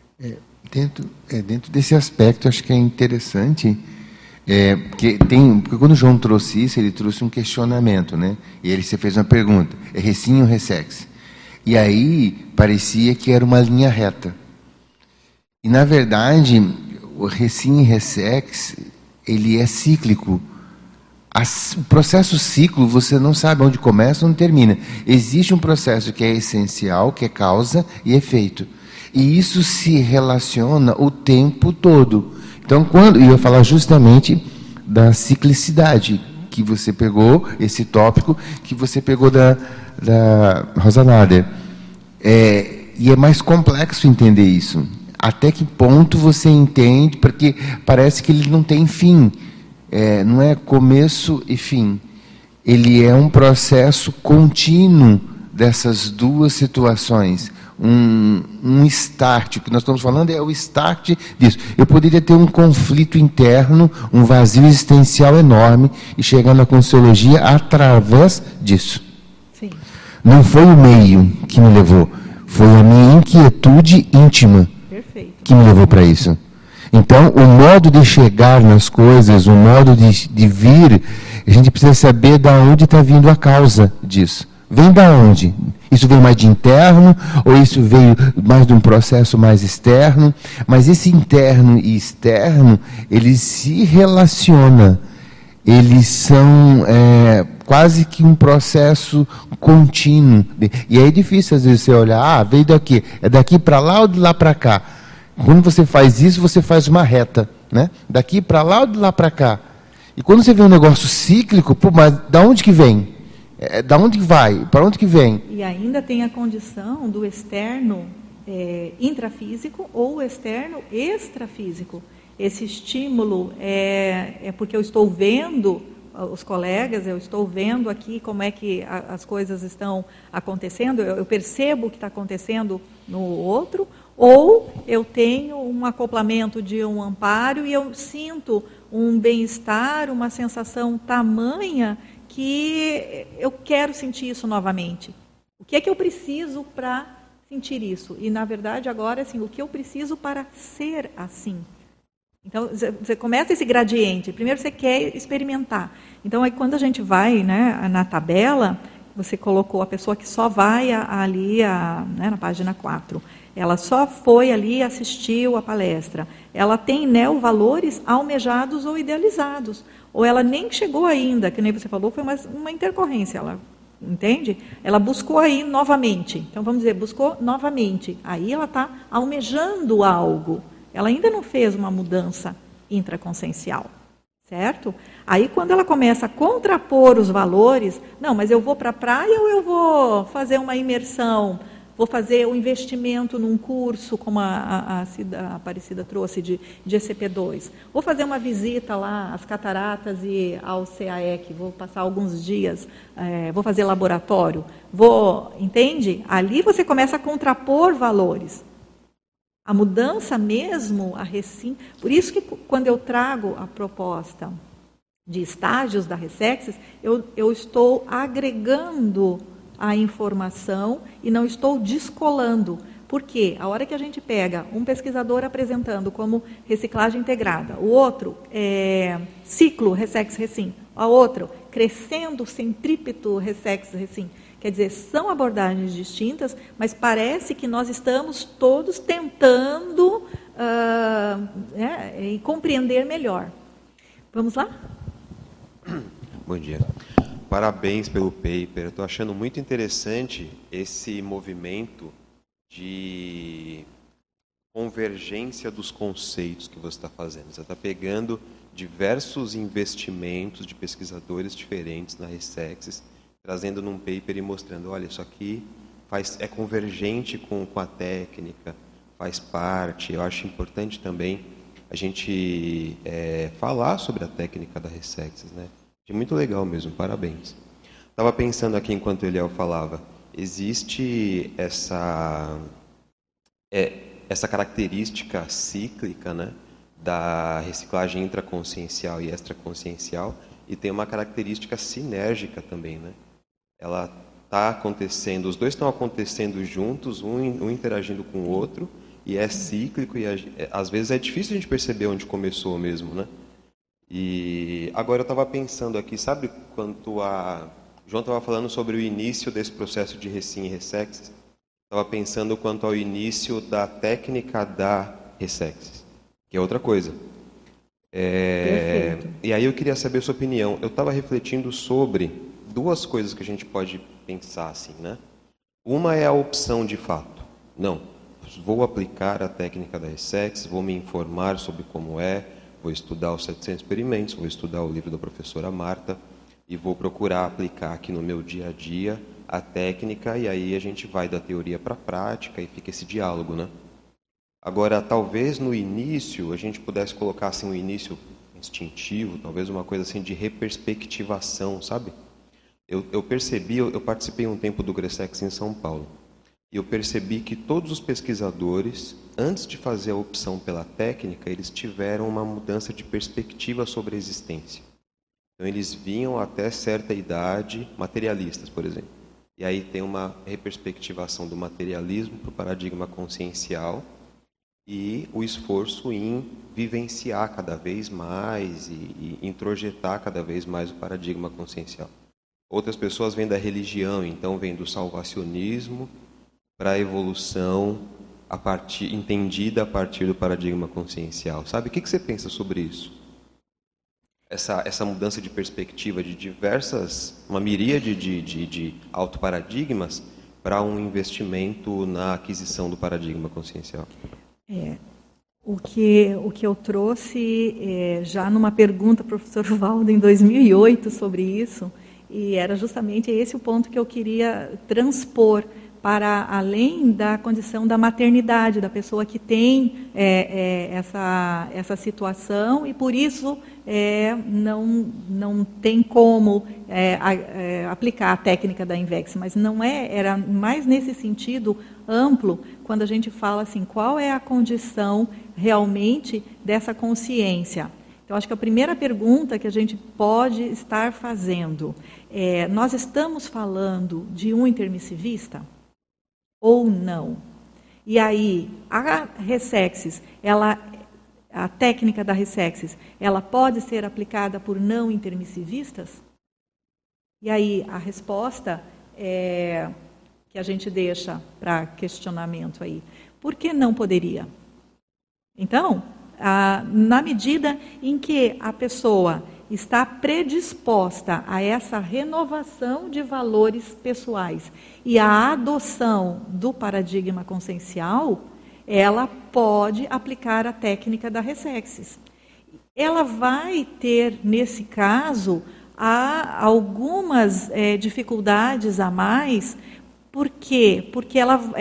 Dentro desse aspecto, acho que é interessante, porque quando o João trouxe isso, ele trouxe um questionamento, né? E você fez uma pergunta, é recim ou ressex? E aí parecia que era uma linha reta. E na verdade, o recim e ressex, ele é cíclico. O processo ciclo, você não sabe onde começa ou onde termina. Existe um processo que é essencial, que é causa e efeito. E isso se relaciona o tempo todo. Então, eu ia falar justamente da ciclicidade, que você pegou, esse tópico, que você pegou da Rosa Nader. E é mais complexo entender isso. Até que ponto você entende, porque parece que ele não tem fim. Não é começo e fim. Ele é um processo contínuo dessas duas situações. Um start, o que nós estamos falando é o start disso. Eu poderia ter um conflito interno, um vazio existencial enorme, e chegar na Conscienciologia através disso. Sim. Não foi o meio que me levou, foi a minha inquietude íntima. Perfeito. Que me levou para isso. Então, o modo de chegar nas coisas, o modo de vir, a gente precisa saber de onde está vindo a causa disso. Vem da onde? Isso veio mais de interno, ou isso veio mais de um processo mais externo? Mas esse interno e externo, eles se relacionam. Eles são quase que um processo contínuo. E aí é difícil, às vezes, você olhar, veio daqui. É daqui para lá ou de lá para cá? Quando você faz isso, você faz uma reta, né? Daqui para lá ou de lá para cá? E quando você vê um negócio cíclico, mas da onde que vem? Da onde que vai? Para onde que vem? E ainda tem a condição do externo intrafísico ou o externo extrafísico. Esse estímulo é porque eu estou vendo os colegas, eu estou vendo aqui como é que as coisas estão acontecendo, eu percebo o que está acontecendo no outro, Ou eu tenho um acoplamento de um amparo e eu sinto um bem-estar, uma sensação tamanha que eu quero sentir isso novamente. O que é que eu preciso para sentir isso? E, na verdade, agora, assim, o que eu preciso para ser assim? Então, você começa esse gradiente. Primeiro você quer experimentar. Então, aí, quando a gente vai, né, na tabela, você colocou a pessoa que só vai ali né, na página 4. Ela só foi ali, assistiu a palestra. Ela tem neovalores almejados ou idealizados. Ou ela nem chegou ainda, que nem você falou, foi uma intercorrência. Ela, entende? Ela buscou aí novamente. Então, vamos dizer, buscou novamente. Aí ela está almejando algo. Ela ainda não fez uma mudança intraconsciencial, certo? Aí, quando ela começa a contrapor os valores, não, mas eu vou para a praia ou eu vou fazer uma imersão, vou fazer um investimento num curso, como a Aparecida trouxe, de ECP2, vou fazer uma visita lá às cataratas e ao CAEC, vou passar alguns dias, vou fazer laboratório, entende? Ali você começa a contrapor valores. A mudança mesmo, por isso que quando eu trago a proposta de estágios da Ressexis, eu estou agregando a informação e não estou descolando. Por quê? A hora que a gente pega um pesquisador apresentando como reciclagem integrada, o outro ciclo Ressex-Recim, a outro crescendo centrípeto Ressex-Recim, quer dizer, são abordagens distintas, mas parece que nós estamos todos tentando compreender melhor. Vamos lá? Bom dia. Parabéns pelo paper. Eu estou achando muito interessante esse movimento de convergência dos conceitos que você está fazendo. Você está pegando diversos investimentos de pesquisadores diferentes na Ressexis, trazendo num paper e mostrando, olha, isso aqui é convergente com a técnica, faz parte. Eu acho importante também a gente falar sobre a técnica da Ressexis, né? É muito legal mesmo, parabéns. Estava pensando aqui enquanto o Eliel falava, existe essa característica cíclica, né, da reciclagem intraconsciencial e extraconsciencial, e tem uma característica sinérgica também, né? Ela está acontecendo, os dois estão acontecendo juntos, um interagindo com o outro, e é cíclico, e às vezes é difícil a gente perceber onde começou mesmo, né? E agora eu estava pensando aqui, sabe quanto João estava falando sobre o início desse processo de Recim e Ressexis? Estava pensando quanto ao início da técnica da Ressexis, que é outra coisa. E aí eu queria saber a sua opinião. Eu estava refletindo sobre duas coisas que a gente pode pensar assim, né? Uma é a opção de fato. Não, vou aplicar a técnica da Ressexis, vou me informar sobre como vou estudar os 700 experimentos, vou estudar o livro da professora Marta e vou procurar aplicar aqui no meu dia a dia a técnica, e aí a gente vai da teoria para a prática e fica esse diálogo, né? Agora, talvez no início a gente pudesse colocar assim um início instintivo, talvez uma coisa assim de reperspectivação, sabe? Eu percebi, eu participei um tempo do Gressex em São Paulo, e eu percebi que todos os pesquisadores, antes de fazer a opção pela técnica, eles tiveram uma mudança de perspectiva sobre a existência. Então, eles vinham até certa idade materialistas, por exemplo. E aí tem uma reperspectivação do materialismo para o paradigma consciencial e o esforço em vivenciar cada vez mais e introjetar cada vez mais o paradigma consciencial. Outras pessoas vêm da religião, então vêm do salvacionismo para a evolução entendida a partir do paradigma consciencial. Sabe, o que você pensa sobre isso? Essa mudança de perspectiva de uma miríade de autoparadigmas para um investimento na aquisição do paradigma consciencial. O que eu trouxe já numa pergunta para o professor Valdo em 2008 sobre isso, e era justamente esse o ponto que eu queria transpor, para além da condição da maternidade, da pessoa que tem essa situação e, por isso, não tem como aplicar a técnica da INVEX, mas era mais nesse sentido amplo, quando a gente fala assim, qual é a condição realmente dessa consciência. Então, acho que a primeira pergunta que a gente pode estar fazendo é, nós estamos falando de um intermissivista ou não? E aí, a Ressexis, a técnica da Ressexis, ela pode ser aplicada por não intermissivistas? E aí, a resposta que a gente deixa para questionamento aí, por que não poderia? Então, na medida em que a pessoa está predisposta a essa renovação de valores pessoais e a adoção do paradigma consciencial, ela pode aplicar a técnica da Ressexis. Ela vai ter, nesse caso, algumas dificuldades a mais. Por quê? Porque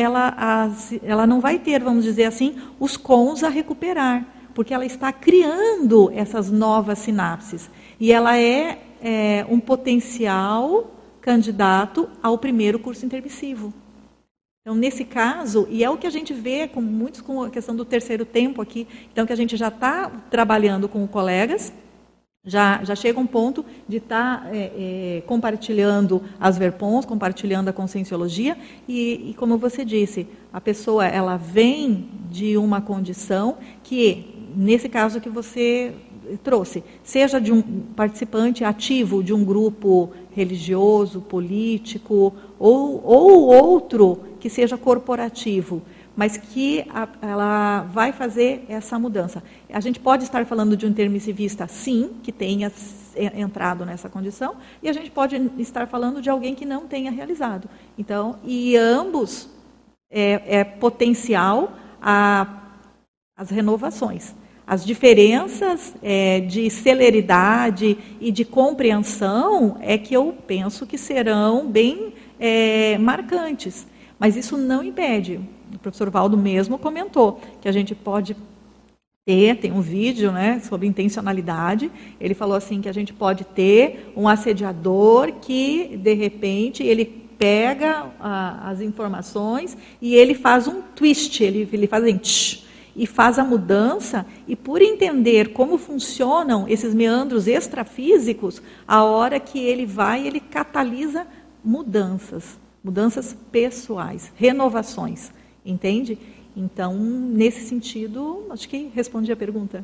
ela não vai ter, vamos dizer assim, os cons a recuperar, porque ela está criando essas novas sinapses. E ela é um potencial candidato ao primeiro curso intermissivo. Então, nesse caso, e é o que a gente vê com muitos com a questão do terceiro tempo aqui, então que a gente já está trabalhando com colegas, já chega um ponto de estar compartilhando as verpons, compartilhando a conscienciologia, e como você disse, a pessoa ela vem de uma condição que, nesse caso que você trouxe, seja de um participante ativo de um grupo religioso, político, ou outro que seja corporativo, mas que ela vai fazer essa mudança. A gente pode estar falando de um intermissivista, sim, que tenha entrado nessa condição, e a gente pode estar falando de alguém que não tenha realizado. Então, e ambos é potencial as renovações. As diferenças de celeridade e de compreensão é que eu penso que serão bem marcantes. Mas isso não impede. O professor Valdo mesmo comentou que a gente pode tem um vídeo, né, sobre intencionalidade. Ele falou assim que a gente pode ter um assediador que, de repente, ele pega as informações e ele faz um twist, ele faz assim, tsh, e faz a mudança, e por entender como funcionam esses meandros extrafísicos, a hora que ele catalisa mudanças pessoais, renovações, entende? Então, nesse sentido, acho que respondi a pergunta.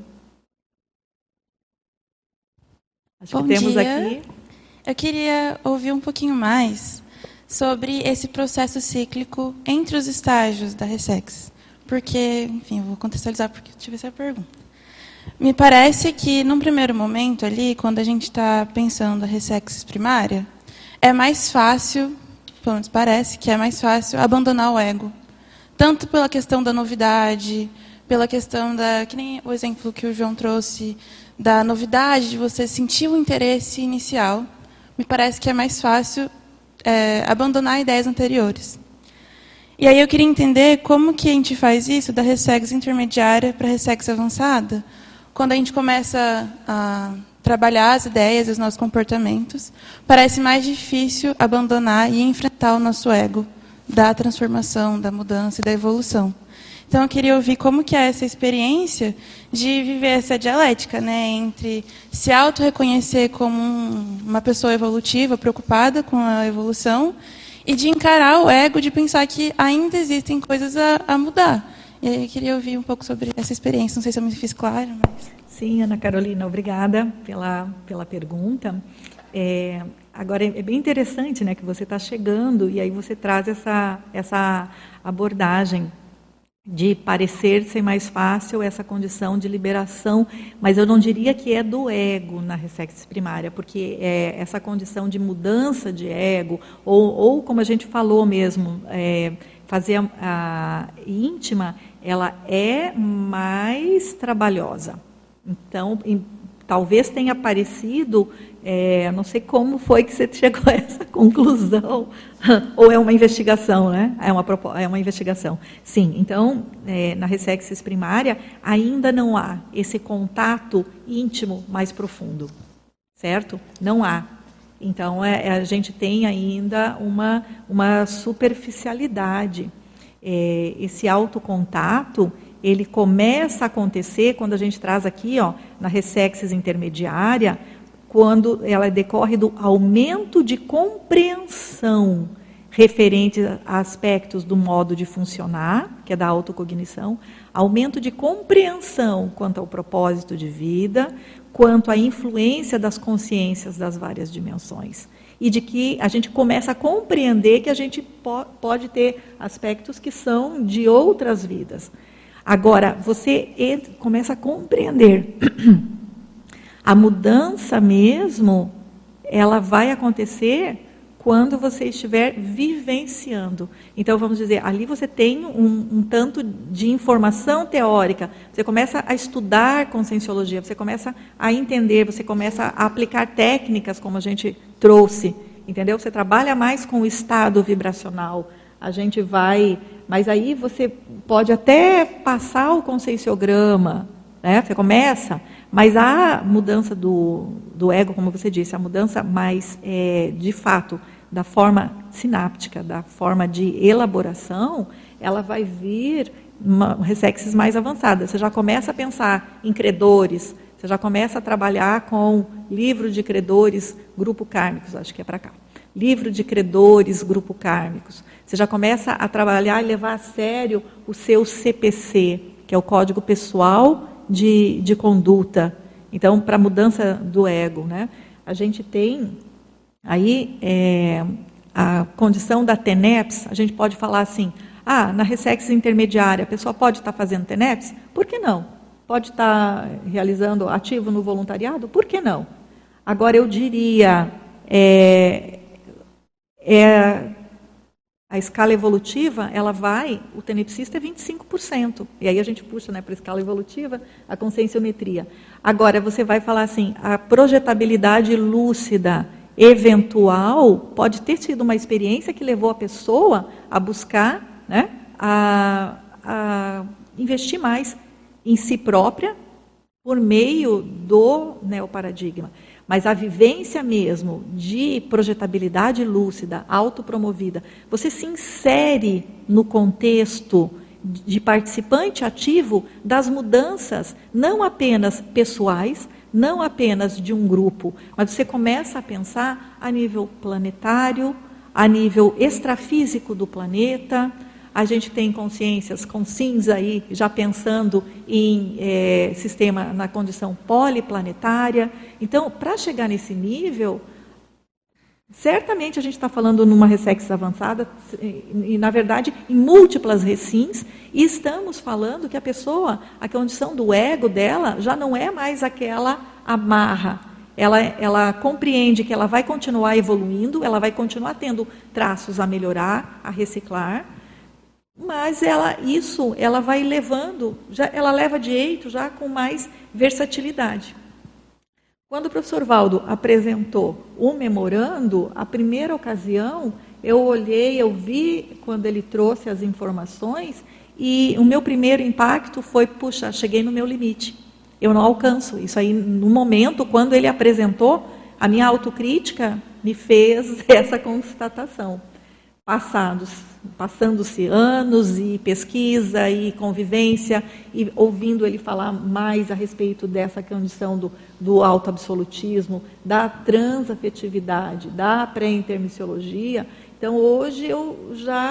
Acho que temos aqui... Eu queria ouvir um pouquinho mais sobre esse processo cíclico entre os estágios da Ressexis. Porque, enfim, eu vou contextualizar porque eu tive essa pergunta. Me parece que, num primeiro momento ali, quando a gente está pensando a Ressexis primária, é mais fácil, pelo menos parece, que é mais fácil abandonar o ego. Tanto pela questão da novidade, pela questão que nem o exemplo que o João trouxe, da novidade, de você sentir o interesse inicial, me parece que é mais fácil abandonar ideias anteriores. E aí eu queria entender como que a gente faz isso da Ressexis intermediária para a Ressexis avançada, quando a gente começa a trabalhar as ideias e os nossos comportamentos, parece mais difícil abandonar e enfrentar o nosso ego da transformação, da mudança e da evolução. Então eu queria ouvir como que é essa experiência de viver essa dialética, né, entre se auto-reconhecer como uma pessoa evolutiva, preocupada com a evolução, e de encarar o ego, de pensar que ainda existem coisas a mudar. E aí eu queria ouvir um pouco sobre essa experiência. Não sei se eu me fiz claro, mas... Sim, Ana Carolina, obrigada pela pergunta. Agora, é bem interessante, né, que você está chegando e aí você traz essa abordagem de parecer ser mais fácil essa condição de liberação, mas eu não diria que é do ego na Ressexis primária, porque essa condição de mudança de ego, ou como a gente falou mesmo, fazer a íntima, ela é mais trabalhosa. Então, talvez tenha aparecido, não sei como foi que você chegou a essa conclusão, ou é uma investigação, né? É uma investigação. Sim, então, na ressexis primária, ainda não há esse contato íntimo mais profundo, certo? Não há. Então, a gente tem ainda uma superficialidade. Esse autocontato, ele começa a acontecer quando a gente traz aqui, na ressexis intermediária, quando ela decorre do aumento de compreensão referente a aspectos do modo de funcionar, que é da autocognição, aumento de compreensão quanto ao propósito de vida, quanto à influência das consciências das várias dimensões. E de que a gente começa a compreender que a gente pode ter aspectos que são de outras vidas. Agora, você começa a compreender. A mudança mesmo, ela vai acontecer quando você estiver vivenciando. Então, vamos dizer, ali você tem um tanto de informação teórica, você começa a estudar conscienciologia, você começa a entender, você começa a aplicar técnicas, como a gente trouxe, entendeu? Você trabalha mais com o estado vibracional, a gente vai... Mas aí você pode até passar o conscienciograma, né? Você começa... Mas a mudança do ego, como você disse, a mudança mais, de fato, da forma sináptica, da forma de elaboração, ela vai vir uma ressexis mais avançada. Você já começa a pensar em credores, você já começa a trabalhar com livro de credores, grupo kármicos, acho que é para cá. Livro de credores, grupo kármicos. Você já começa a trabalhar e levar a sério o seu CPC, que é o Código Pessoal de conduta. Então, para a mudança do ego, né? A gente tem aí a condição da TENEPS, a gente pode falar assim, na ressexis intermediária, a pessoa pode estar fazendo TENEPS? Por que não? Pode estar realizando ativo no voluntariado? Por que não? Agora, eu diria, a escala evolutiva, ela vai, o tenepsista é 25%. E aí a gente puxa, né, para a escala evolutiva a conscienciometria. Agora, você vai falar assim, a projetabilidade lúcida eventual pode ter sido uma experiência que levou a pessoa a buscar, né, a investir mais em si própria por meio do neoparadigma. Mas a vivência mesmo de projetabilidade lúcida, autopromovida, você se insere no contexto de participante ativo das mudanças, não apenas pessoais, não apenas de um grupo, mas você começa a pensar a nível planetário, a nível extrafísico do planeta. A gente tem consciências com cinza aí, já pensando em sistema na condição poliplanetária. Então, para chegar nesse nível, certamente a gente está falando numa ressexis avançada, e na verdade em múltiplas ressins, e estamos falando que a pessoa, a condição do ego dela já não é mais aquela amarra. Ela compreende que ela vai continuar evoluindo, ela vai continuar tendo traços a melhorar, a reciclar, mas ela vai levando, ela leva de jeito já com mais versatilidade. Quando o professor Valdo apresentou o memorando, a primeira ocasião, eu olhei, eu vi quando ele trouxe as informações, e o meu primeiro impacto foi, puxa, cheguei no meu limite, eu não alcanço. Isso aí, no momento, quando ele apresentou, a minha autocrítica me fez essa constatação. Passando-se anos e pesquisa e convivência e ouvindo ele falar mais a respeito dessa condição do autoabsolutismo, da transafetividade, da pré-intermissiologia. Então, hoje eu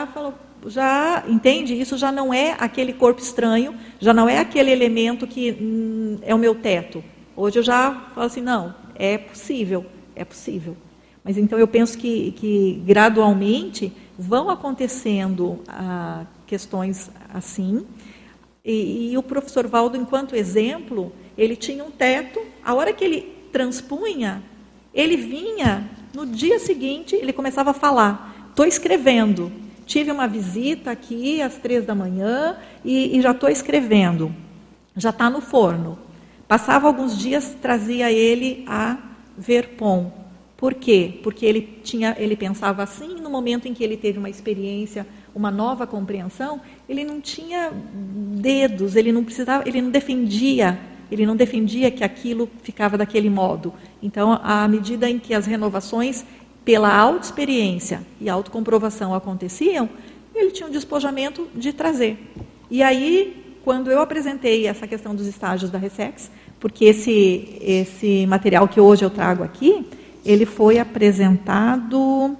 já entende, isso já não é aquele corpo estranho, já não é aquele elemento que é o meu teto. Hoje eu já falo assim, não, é possível. Mas então eu penso que gradualmente vão acontecendo questões assim, e o professor Valdo, enquanto exemplo, ele tinha um teto, a hora que ele transpunha, ele vinha, no dia seguinte, ele começava a falar, estou escrevendo, tive uma visita aqui às 3 da manhã, e já estou escrevendo, já está no forno. Passava alguns dias, trazia ele a Verpom. Por quê? Porque ele pensava assim, no momento em que ele teve uma experiência, uma nova compreensão, ele não tinha dedos, ele não defendia que aquilo ficava daquele modo. Então, à medida em que as renovações, pela autoexperiência e autocomprovação aconteciam, ele tinha um despojamento de trazer. E aí, quando eu apresentei essa questão dos estágios da Ressex, porque esse material que hoje eu trago aqui, ele foi apresentado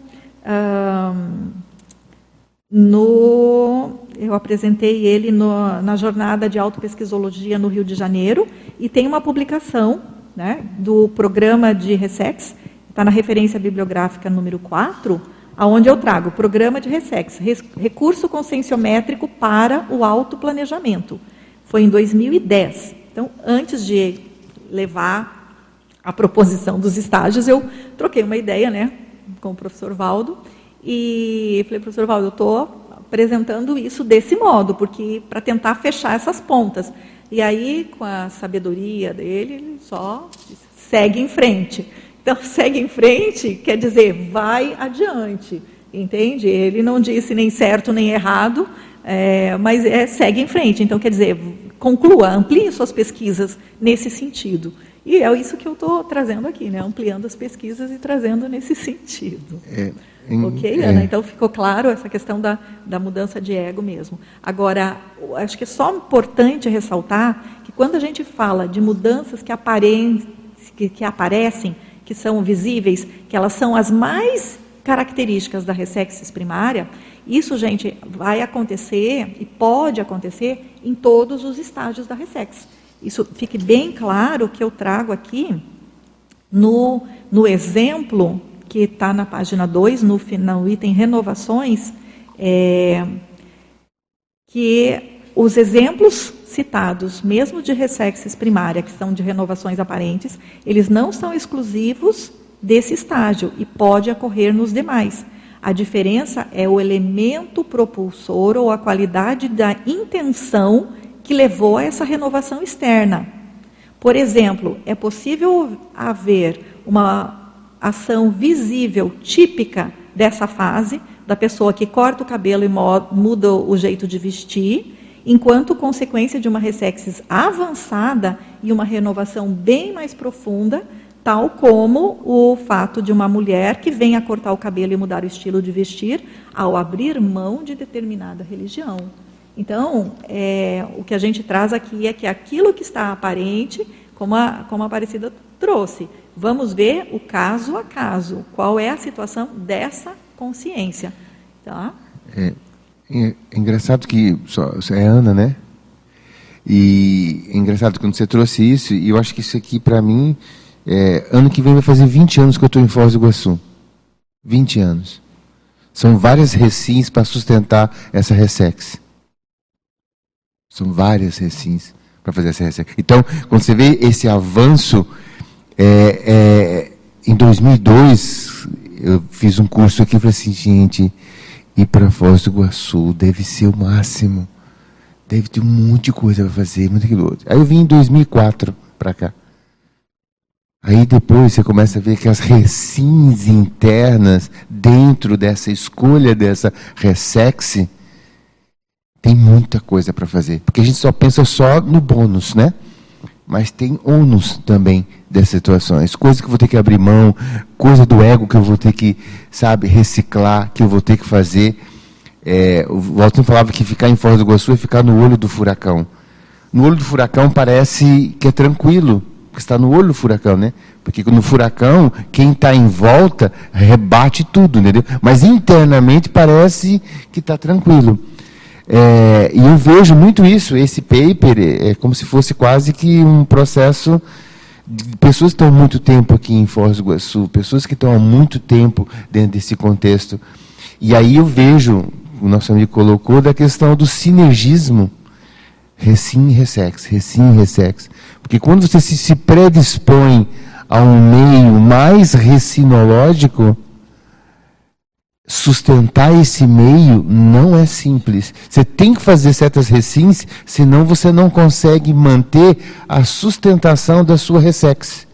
eu apresentei ele na jornada de autopesquisologia no Rio de Janeiro, e tem uma publicação, né, do programa de Ressex, está na referência bibliográfica número 4, onde eu trago o programa de Ressex, recurso conscienciométrico para o autoplanejamento. Foi em 2010. Então, antes de levar a proposição dos estágios, eu troquei uma ideia, né, com o professor Valdo, e falei, professor Valdo, eu estou apresentando isso desse modo, porque para tentar fechar essas pontas. E aí, com a sabedoria dele, ele só segue em frente. Então, segue em frente quer dizer, vai adiante, entende? Ele não disse nem certo nem errado, mas segue em frente. Então, quer dizer, conclua, amplie suas pesquisas nesse sentido. E é isso que eu estou trazendo aqui, né? Ampliando as pesquisas e trazendo nesse sentido. Ok, Ana? Então, ficou claro essa questão da mudança de ego mesmo. Agora, acho que é só importante ressaltar que quando a gente fala de mudanças que aparecem, que são visíveis, que elas são as mais características da ressexis primária, isso, gente, vai acontecer e pode acontecer em todos os estágios da ressexis. Isso fique bem claro que eu trago aqui no exemplo que está na página 2, no item renovações, que os exemplos citados, mesmo de ressexis primária, que são de renovações aparentes, eles não são exclusivos desse estágio e pode ocorrer nos demais. A diferença é o elemento propulsor ou a qualidade da intenção que levou a essa renovação externa. Por exemplo, é possível haver uma ação visível, típica dessa fase, da pessoa que corta o cabelo e muda o jeito de vestir, enquanto consequência de uma ressexis avançada e uma renovação bem mais profunda, tal como o fato de uma mulher que venha cortar o cabelo e mudar o estilo de vestir ao abrir mão de determinada religião. Então, o que a gente traz aqui é que aquilo que está aparente, como a Aparecida trouxe, vamos ver o caso a caso, qual é a situação dessa consciência. Tá? É engraçado que é Ana, né? E é engraçado quando você trouxe isso, e eu acho que isso aqui, para mim, ano que vem vai fazer 20 anos que eu estou em Foz do Iguaçu. 20 anos. São várias recins para sustentar essa ressex. São várias recins para fazer essa ressex. Então, quando você vê esse avanço, em 2002, eu fiz um curso aqui e falei assim, gente, ir para Foz do Iguaçu deve ser o máximo. Deve ter um monte de coisa para fazer, muito aquilo outro. Aí eu vim em 2004 para cá. Aí depois você começa a ver que as recins internas dentro dessa escolha dessa ressex tem muita coisa para fazer. Porque a gente só pensa só no bônus, né? Mas tem ônus também dessas situações. Coisa que eu vou ter que abrir mão, coisa do ego que eu vou ter que, reciclar, que eu vou ter que fazer. O Walter falava que ficar em Foz do Iguaçu é ficar no olho do furacão. No olho do furacão parece que é tranquilo, porque está no olho do furacão, né? Porque no furacão, quem está em volta rebate tudo, entendeu? Mas internamente parece que está tranquilo. E eu vejo muito isso, esse paper é como se fosse quase que um processo de pessoas que estão há muito tempo aqui em Foz do Iguaçu, pessoas que estão há muito tempo dentro desse contexto. E aí eu vejo, o nosso amigo colocou, da questão do sinergismo recim e ressex. Porque quando você se predispõe a um meio mais recinológico, sustentar esse meio não é simples. Você tem que fazer certas recins, senão você não consegue manter a sustentação da sua ressex.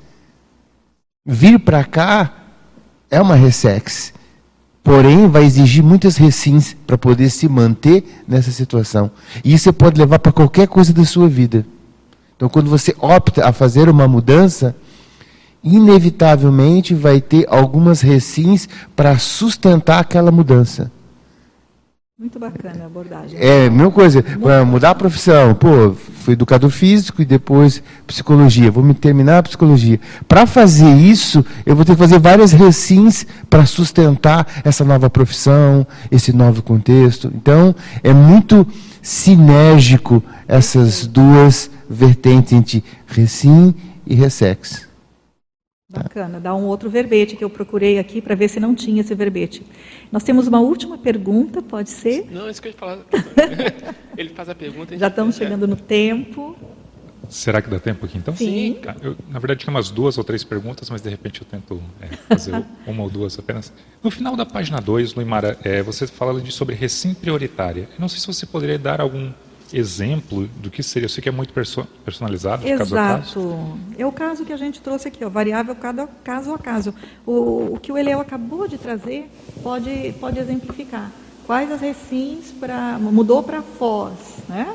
Vir para cá é uma ressex, porém vai exigir muitas recins para poder se manter nessa situação. E isso você pode levar para qualquer coisa da sua vida. Então, quando você opta a fazer uma mudança, inevitavelmente vai ter algumas recins para sustentar aquela mudança. Muito bacana a abordagem. É a mesma coisa, para mudar a profissão. Pô, fui educador físico e depois psicologia. Vou me terminar a psicologia. Para fazer isso, eu vou ter que fazer várias recins para sustentar essa nova profissão, esse novo contexto. Então, é muito sinérgico essas duas vertentes entre recim e ressex. Bacana, dá um outro verbete que eu procurei aqui para ver se não tinha esse verbete. Nós temos uma última pergunta, pode ser? Não, isso que eu ia falar. Ele faz a pergunta. Já estamos chegando no tempo. Será que dá tempo aqui então? Sim. Eu, na verdade, tinha umas 2 ou 3 perguntas, mas de repente eu tento fazer uma ou duas apenas. No final da página 2, Luimara, você fala sobre recim prioritária. Eu não sei se você poderia dar algum exemplo do que seria. Eu sei que é muito personalizado, de caso a caso. Exato. É o caso que a gente trouxe aqui, ó, variável caso a caso. O que o Eleu acabou de trazer pode exemplificar. Quais as recins para... Mudou para Foz, né?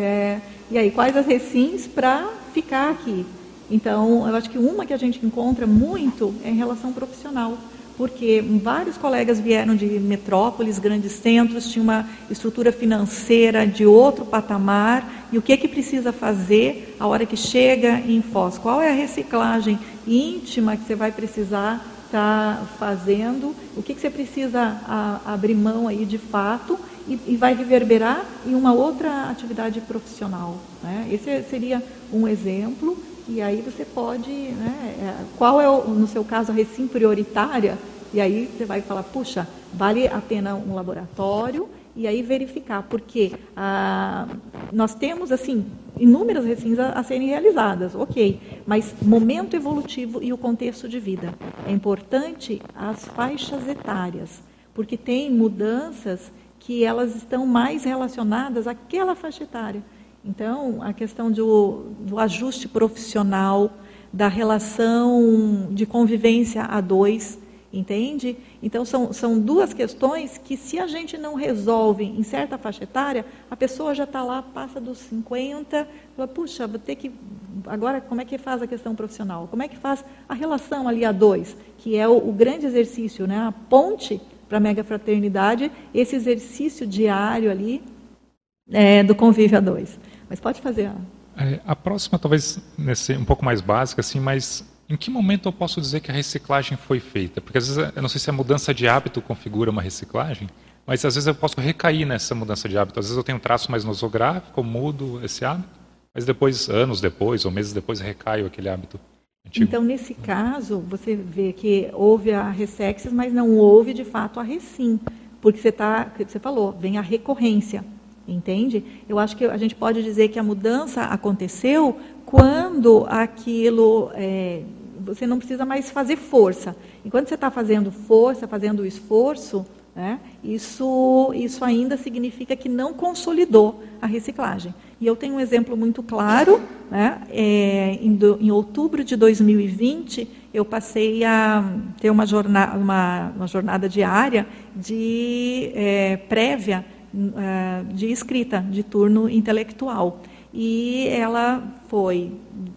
E aí, quais as recins para ficar aqui? Então, eu acho que uma que a gente encontra muito é em relação profissional. Porque vários colegas vieram de metrópoles, grandes centros, tinha uma estrutura financeira de outro patamar, e o que precisa fazer a hora que chega em Foz? Qual é a reciclagem íntima que você vai precisar estar fazendo? O que você precisa abrir mão aí de fato e vai reverberar em uma outra atividade profissional, né? Esse seria um exemplo. E aí você pode, né, qual é, no seu caso, a recim prioritária? E aí você vai falar, puxa, vale a pena um laboratório, e aí verificar, porque nós temos, assim, inúmeras recins a serem realizadas, ok, mas momento evolutivo e o contexto de vida. É importante as faixas etárias, porque tem mudanças que elas estão mais relacionadas àquela faixa etária. Então, a questão do ajuste profissional, da relação de convivência a dois, entende? Então, são duas questões que, se a gente não resolve em certa faixa etária, a pessoa já está lá, passa dos 50, fala, puxa, vou ter que... Agora, como é que faz a questão profissional? Como é que faz a relação ali a dois? Que é o grande exercício, né? A ponte para a megafraternidade, esse exercício diário ali do convívio a dois. Mas pode fazer. A próxima, talvez, um pouco mais básica, assim, mas em que momento eu posso dizer que a reciclagem foi feita? Porque às vezes, eu não sei se a mudança de hábito configura uma reciclagem, mas às vezes eu posso recair nessa mudança de hábito. Às vezes eu tenho um traço mais nosográfico, eu mudo esse hábito, mas depois, anos depois, ou meses depois, recaio aquele hábito antigo. Então, nesse caso, você vê que houve a ressexis, mas não houve, de fato, a recim. Porque você falou, vem a recorrência. Entende? Eu acho que a gente pode dizer que a mudança aconteceu quando aquilo... você não precisa mais fazer força. Enquanto você está fazendo força, fazendo esforço, né, isso ainda significa que não consolidou a reciclagem. E eu tenho um exemplo muito claro, né, em outubro de 2020, eu passei a ter uma jornada diária de prévia de escrita, de turno intelectual. E ela foi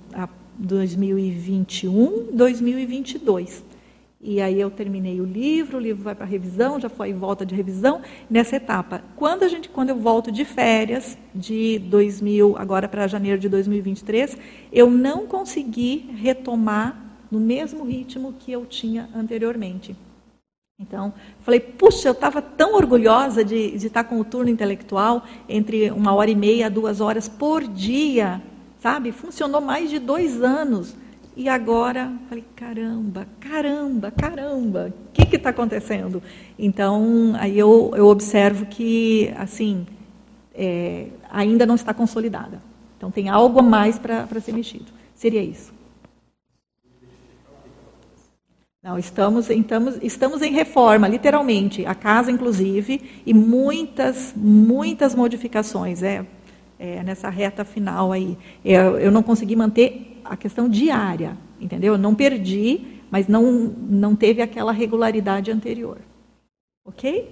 2021, 2022. E aí eu terminei o livro vai para revisão, já foi em volta de revisão, nessa etapa. Quando eu volto de férias, agora para janeiro de 2023, eu não consegui retomar no mesmo ritmo que eu tinha anteriormente. Então, falei, puxa, eu estava tão orgulhosa de estar com o turno intelectual entre 1h30 a 2 horas por dia, sabe? Funcionou mais de 2 anos. E agora, falei, caramba, o que está acontecendo? Então, aí eu observo que, assim, ainda não está consolidada. Então, tem algo a mais para ser mexido. Seria isso. Não, estamos em reforma, literalmente, a casa, inclusive, e muitas modificações nessa reta final aí. Eu não consegui manter a questão diária, entendeu? Não perdi, mas não teve aquela regularidade anterior. Ok?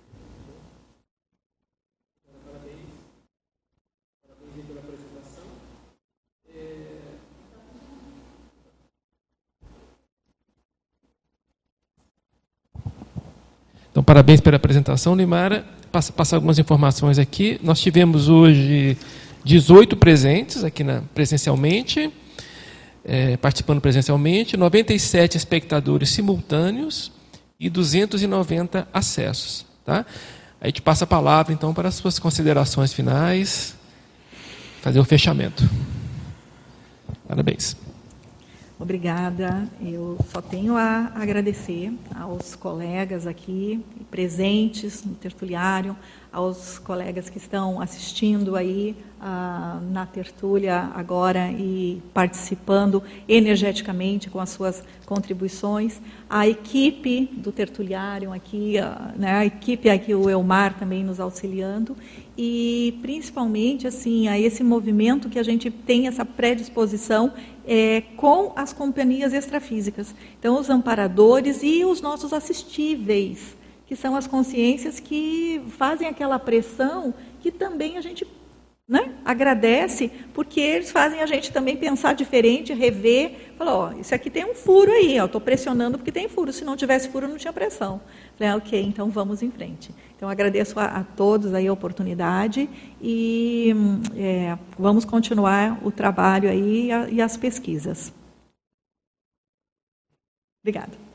Parabéns pela apresentação. Então, parabéns pela apresentação, Limara. Passar algumas informações aqui. Nós tivemos hoje 18 presentes aqui presencialmente, participando presencialmente, 97 espectadores simultâneos e 290 acessos. Tá? A gente passa a palavra, então, para as suas considerações finais, fazer o fechamento. Parabéns. Obrigada. Eu só tenho a agradecer aos colegas aqui presentes no tertuliário, aos colegas que estão assistindo aí na tertúlia agora e participando energeticamente com as suas contribuições, a equipe do tertuliário aqui, a equipe aqui, o Elmar também nos auxiliando, e principalmente assim, a esse movimento que a gente tem essa predisposição com as companhias extrafísicas. Então, os amparadores e os nossos assistíveis, que são as consciências que fazem aquela pressão que também a gente agradece, porque eles fazem a gente também pensar diferente, rever, falar, isso aqui tem um furo aí, eu estou pressionando porque tem furo, se não tivesse furo não tinha pressão. Falei, ok, então vamos em frente. Então agradeço a todos aí a oportunidade e vamos continuar o trabalho aí e as pesquisas. Obrigada.